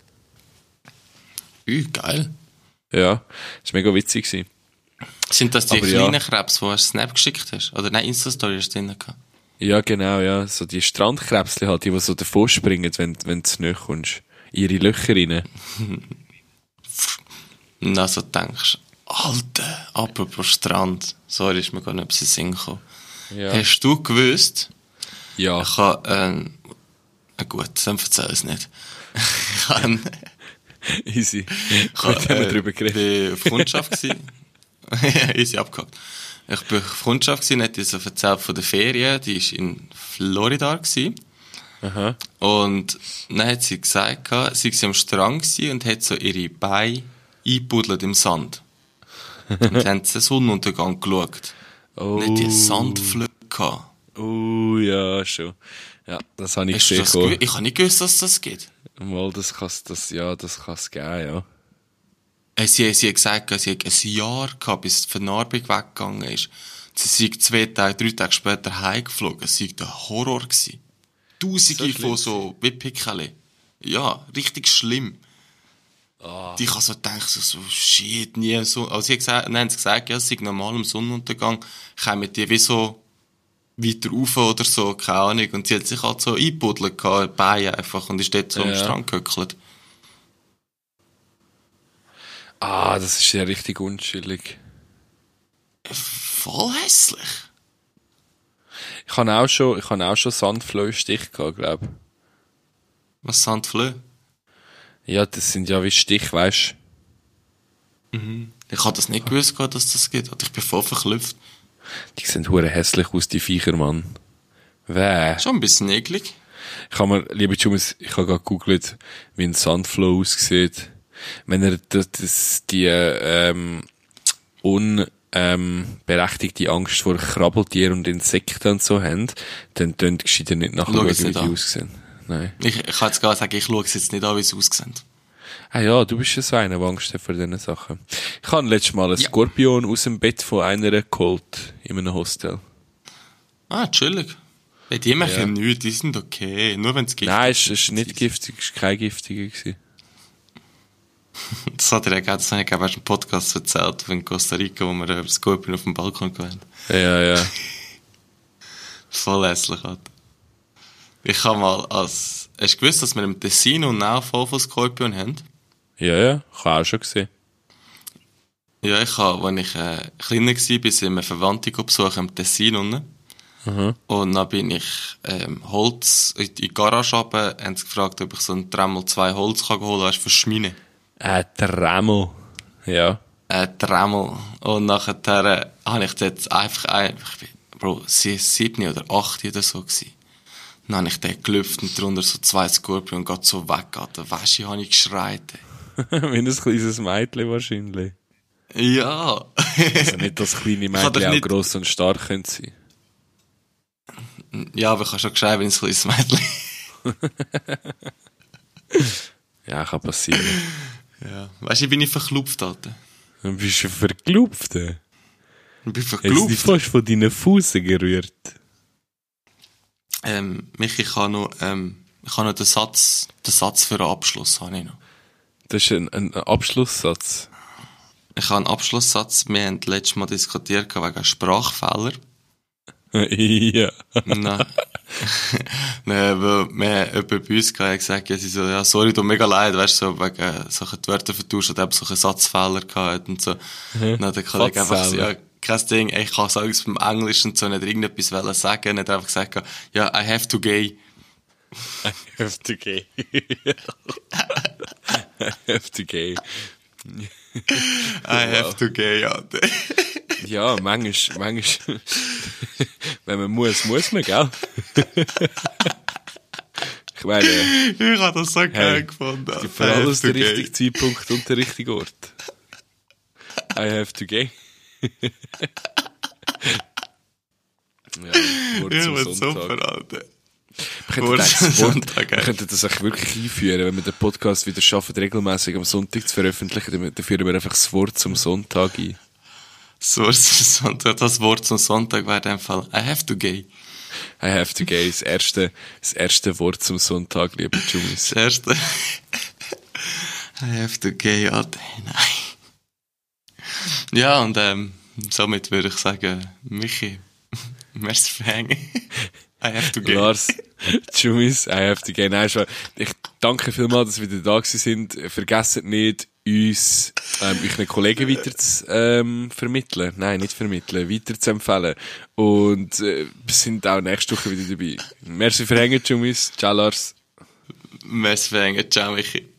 Uh, geil. Ja, das war mega witzig gewesen. Sind das die Aber ja. kleinen Krebs, die du einen Snap geschickt hast? Oder nein, Insta-Story hast du drin gehabt? Ja, genau, ja. So die Strandkrebsli halt, die, die so davor springen, wenn, wenn du näher kommst. Ihre Löcher rein. Und dann so denkst, Alter, apropos Strand. Sorry, ist mir gar nicht etwas in den Sinn gekommen. Ja. Hast du gewusst, Ja. ich habe, ähm, äh, gut, dann erzähl es nicht. ich habe, Easy. ich Heute haben wir äh, drüber geredet. bin auf Kundschaft gsi. Easy abgehakt. Ich bin auf Kundschaft gsi, nicht so erzählt von der Ferien, die ist in Florida gsi. Aha. Und dann hat sie gesagt, sie war am Strand gsi und hat so ihre Beine eingebuddelt im Sand. Und haben den Sonnenuntergang geschaut. Oh. Nicht die Sandflöcke gehabt. Oh, ja, schon. Ja, das habe ich Hast du gesehen. das kommen. gewusst? Ich habe nicht gewusst, dass das geht. Mal, das kann's, das, ja, das kann's geben, ja. Äh, Sie, sie hat gesagt, sie hat ein Jahr gehabt, bis die Vernarbung weggegangen ist. Sie sei zwei Tage, drei Tage später heimgeflogen. Es sei der Horror gewesen. Tausende So von so, wie Pickel. Ja, richtig schlimm. Ah. Die ich also gedacht, so, so, shit, nie so. Also sie hat gesagt, dann haben sie gesagt, ja, es sei normal am Sonnenuntergang, kommen die wie so weiter rauf oder so, keine Ahnung. Und sie hat sich halt so eingebuddelt gehabt, die Beine einfach, und ist dort so Ja. am Strand gehöckelt. Ah, das ist ja richtig unschillig. Voll hässlich. Ich habe auch schon, ich habe auch schon Sandflöhe-Stich gehabt, glaub. Was Sandflöhe? Ja, das sind ja wie Stich, weisst. Ich habe das nicht gewusst, gehabt, dass das geht. Ich bin voll verklüpft. Die sehen hure hässlich aus, die Viecher, Mann. Wäh. Schon ein bisschen eklig. Ich habe mir, liebe Jumis, ich habe gerade gegoogelt, wie ein Sandfloh aussieht. Wenn er das, das die, ähm, un, ähm, berechtigte Angst vor Krabbeltieren und Insekten und so haben, dann tönt gescheiter nicht nachher Schau schauen, es wie nicht die an. aussehen. Nein. Ich, ich kann jetzt gar sagen, ich schaue es jetzt nicht an, wie sie aussehen. Ah ja, du bist ja so einer, der Angst hat vor diesen Sachen. Ich habe letztes Mal einen Ja. Skorpion aus dem Bett von einer geholt, in einem Hostel. Ah, chillig. Bei die machen Ja. nichts, die sind okay. Nur wenn es gibt. Nein, es ist nicht giftig, es war kein giftiger gewesen. Das hat er ja gegeben, das habe ich, glaube ich, erst im Podcast erzählt, von Costa Rica, wo wir über Skorpion auf dem Balkon gewandt. Ja, ja. Voll hässlich, Alter. Ich habe mal als, hast du gewusst, dass wir im Tessin und auch voll von Skorpion haben? Ja, ja, ich habe auch schon gesehen. Ja, ich habe, als ich äh, kleiner war, bin ich eine Verwandte besuchen im Tessin unten. Mhm. Und dann bin ich ähm, Holz in die Garage runter, haben sie gefragt, ob ich so ein Dremel zwei Holz kann holen kann, weißt du, für Schmine. Äh, Dremel. Ja. Äh, Dremel. Und nachher äh, habe ich dort einfach, einfach ich bin, Bro, sie war sieben oder acht oder so gewesen. Dann habe ich den gelüpft und drunter so zwei Skorpion und geht so weg, Alter. Weisst du, habe ich geschreit. Wie ein kleines Mädchen wahrscheinlich. Ey. Ja. Also nicht, dass kleine Ich kann doch Mädchen auch nicht- gross und stark können sein. Ja, aber ich habe schon geschrien, wenn es ein kleines Mädchen. Ja, kann passieren. Ja. Weißt du, ich bin nicht verklupft, Alter. Dann bist du verklopft. Ich bin Hast du dich verklupft. fast von deinen Fußen gerührt? Ähm, Michi, ich habe noch, ähm, ich habe noch den Satz, den Satz für einen Abschluss, habe ich noch. Das ist ein, ein Abschlusssatz. Ich habe einen Abschlusssatz. Wir haben letztes Mal diskutiert wegen Sprachfehler. Ja. Nein. Nein, weil wir jemand bei uns gehabt, hat gesagt, ja, sie so, ja, sorry, tut mir mega leid, weißt du, so, wegen, äh, solchen Wörter vertauscht, oder eben solche Satzfehler gehabt und so. Dann hat der Kollege einfach gesagt, Satzfehler. ja, kein Ding, ich kann sagen, es beim Englisch und so, nicht irgendetwas wollen sagen, und hat einfach gesagt, ja, I have to gay. I have to gay. I have to gay. I have to gay, ja. Ja, manchmal, manchmal, wenn man muss, muss man, gell? Ich meine, Ich habe das so geil Hey, gefunden. es gibt I für have alles to den gay. richtigen Zeitpunkt und den richtigen Ort. I have to gay. Ja, Wort Ja, zum was Sonntag. super, Alter. Wir könnten Wort das, zum Wort, Sonntag, wir ey. könnten das auch wirklich einführen, wenn wir den Podcast wieder schaffen, regelmäßig am Sonntag zu veröffentlichen, dann dann führen wir einfach das Wort zum Sonntag ein. Das Wort zum Sonntag, das Wort zum Sonntag wäre in dem Fall, I have to gay. I have to gay, das erste, das erste Wort zum Sonntag, liebe Jumis. Das erste. I have to gay, Alter. Nein. Ja, und ähm, somit würde ich sagen, Michi, Merci für hängen. I have to go. Lars, Jumis, I have to go. Nein, schon. Ich danke vielmals, dass wir wieder da gewesen sind. Vergesst nicht, uns, ähm, euren Kollegen weiter zu, ähm, vermitteln. Nein, nicht vermitteln, weiter zu empfehlen. Und, äh, wir sind auch nächste Woche wieder dabei. Merci für hängen, Jumis. Ciao, Lars. Merci für hängen. Ciao, Michi.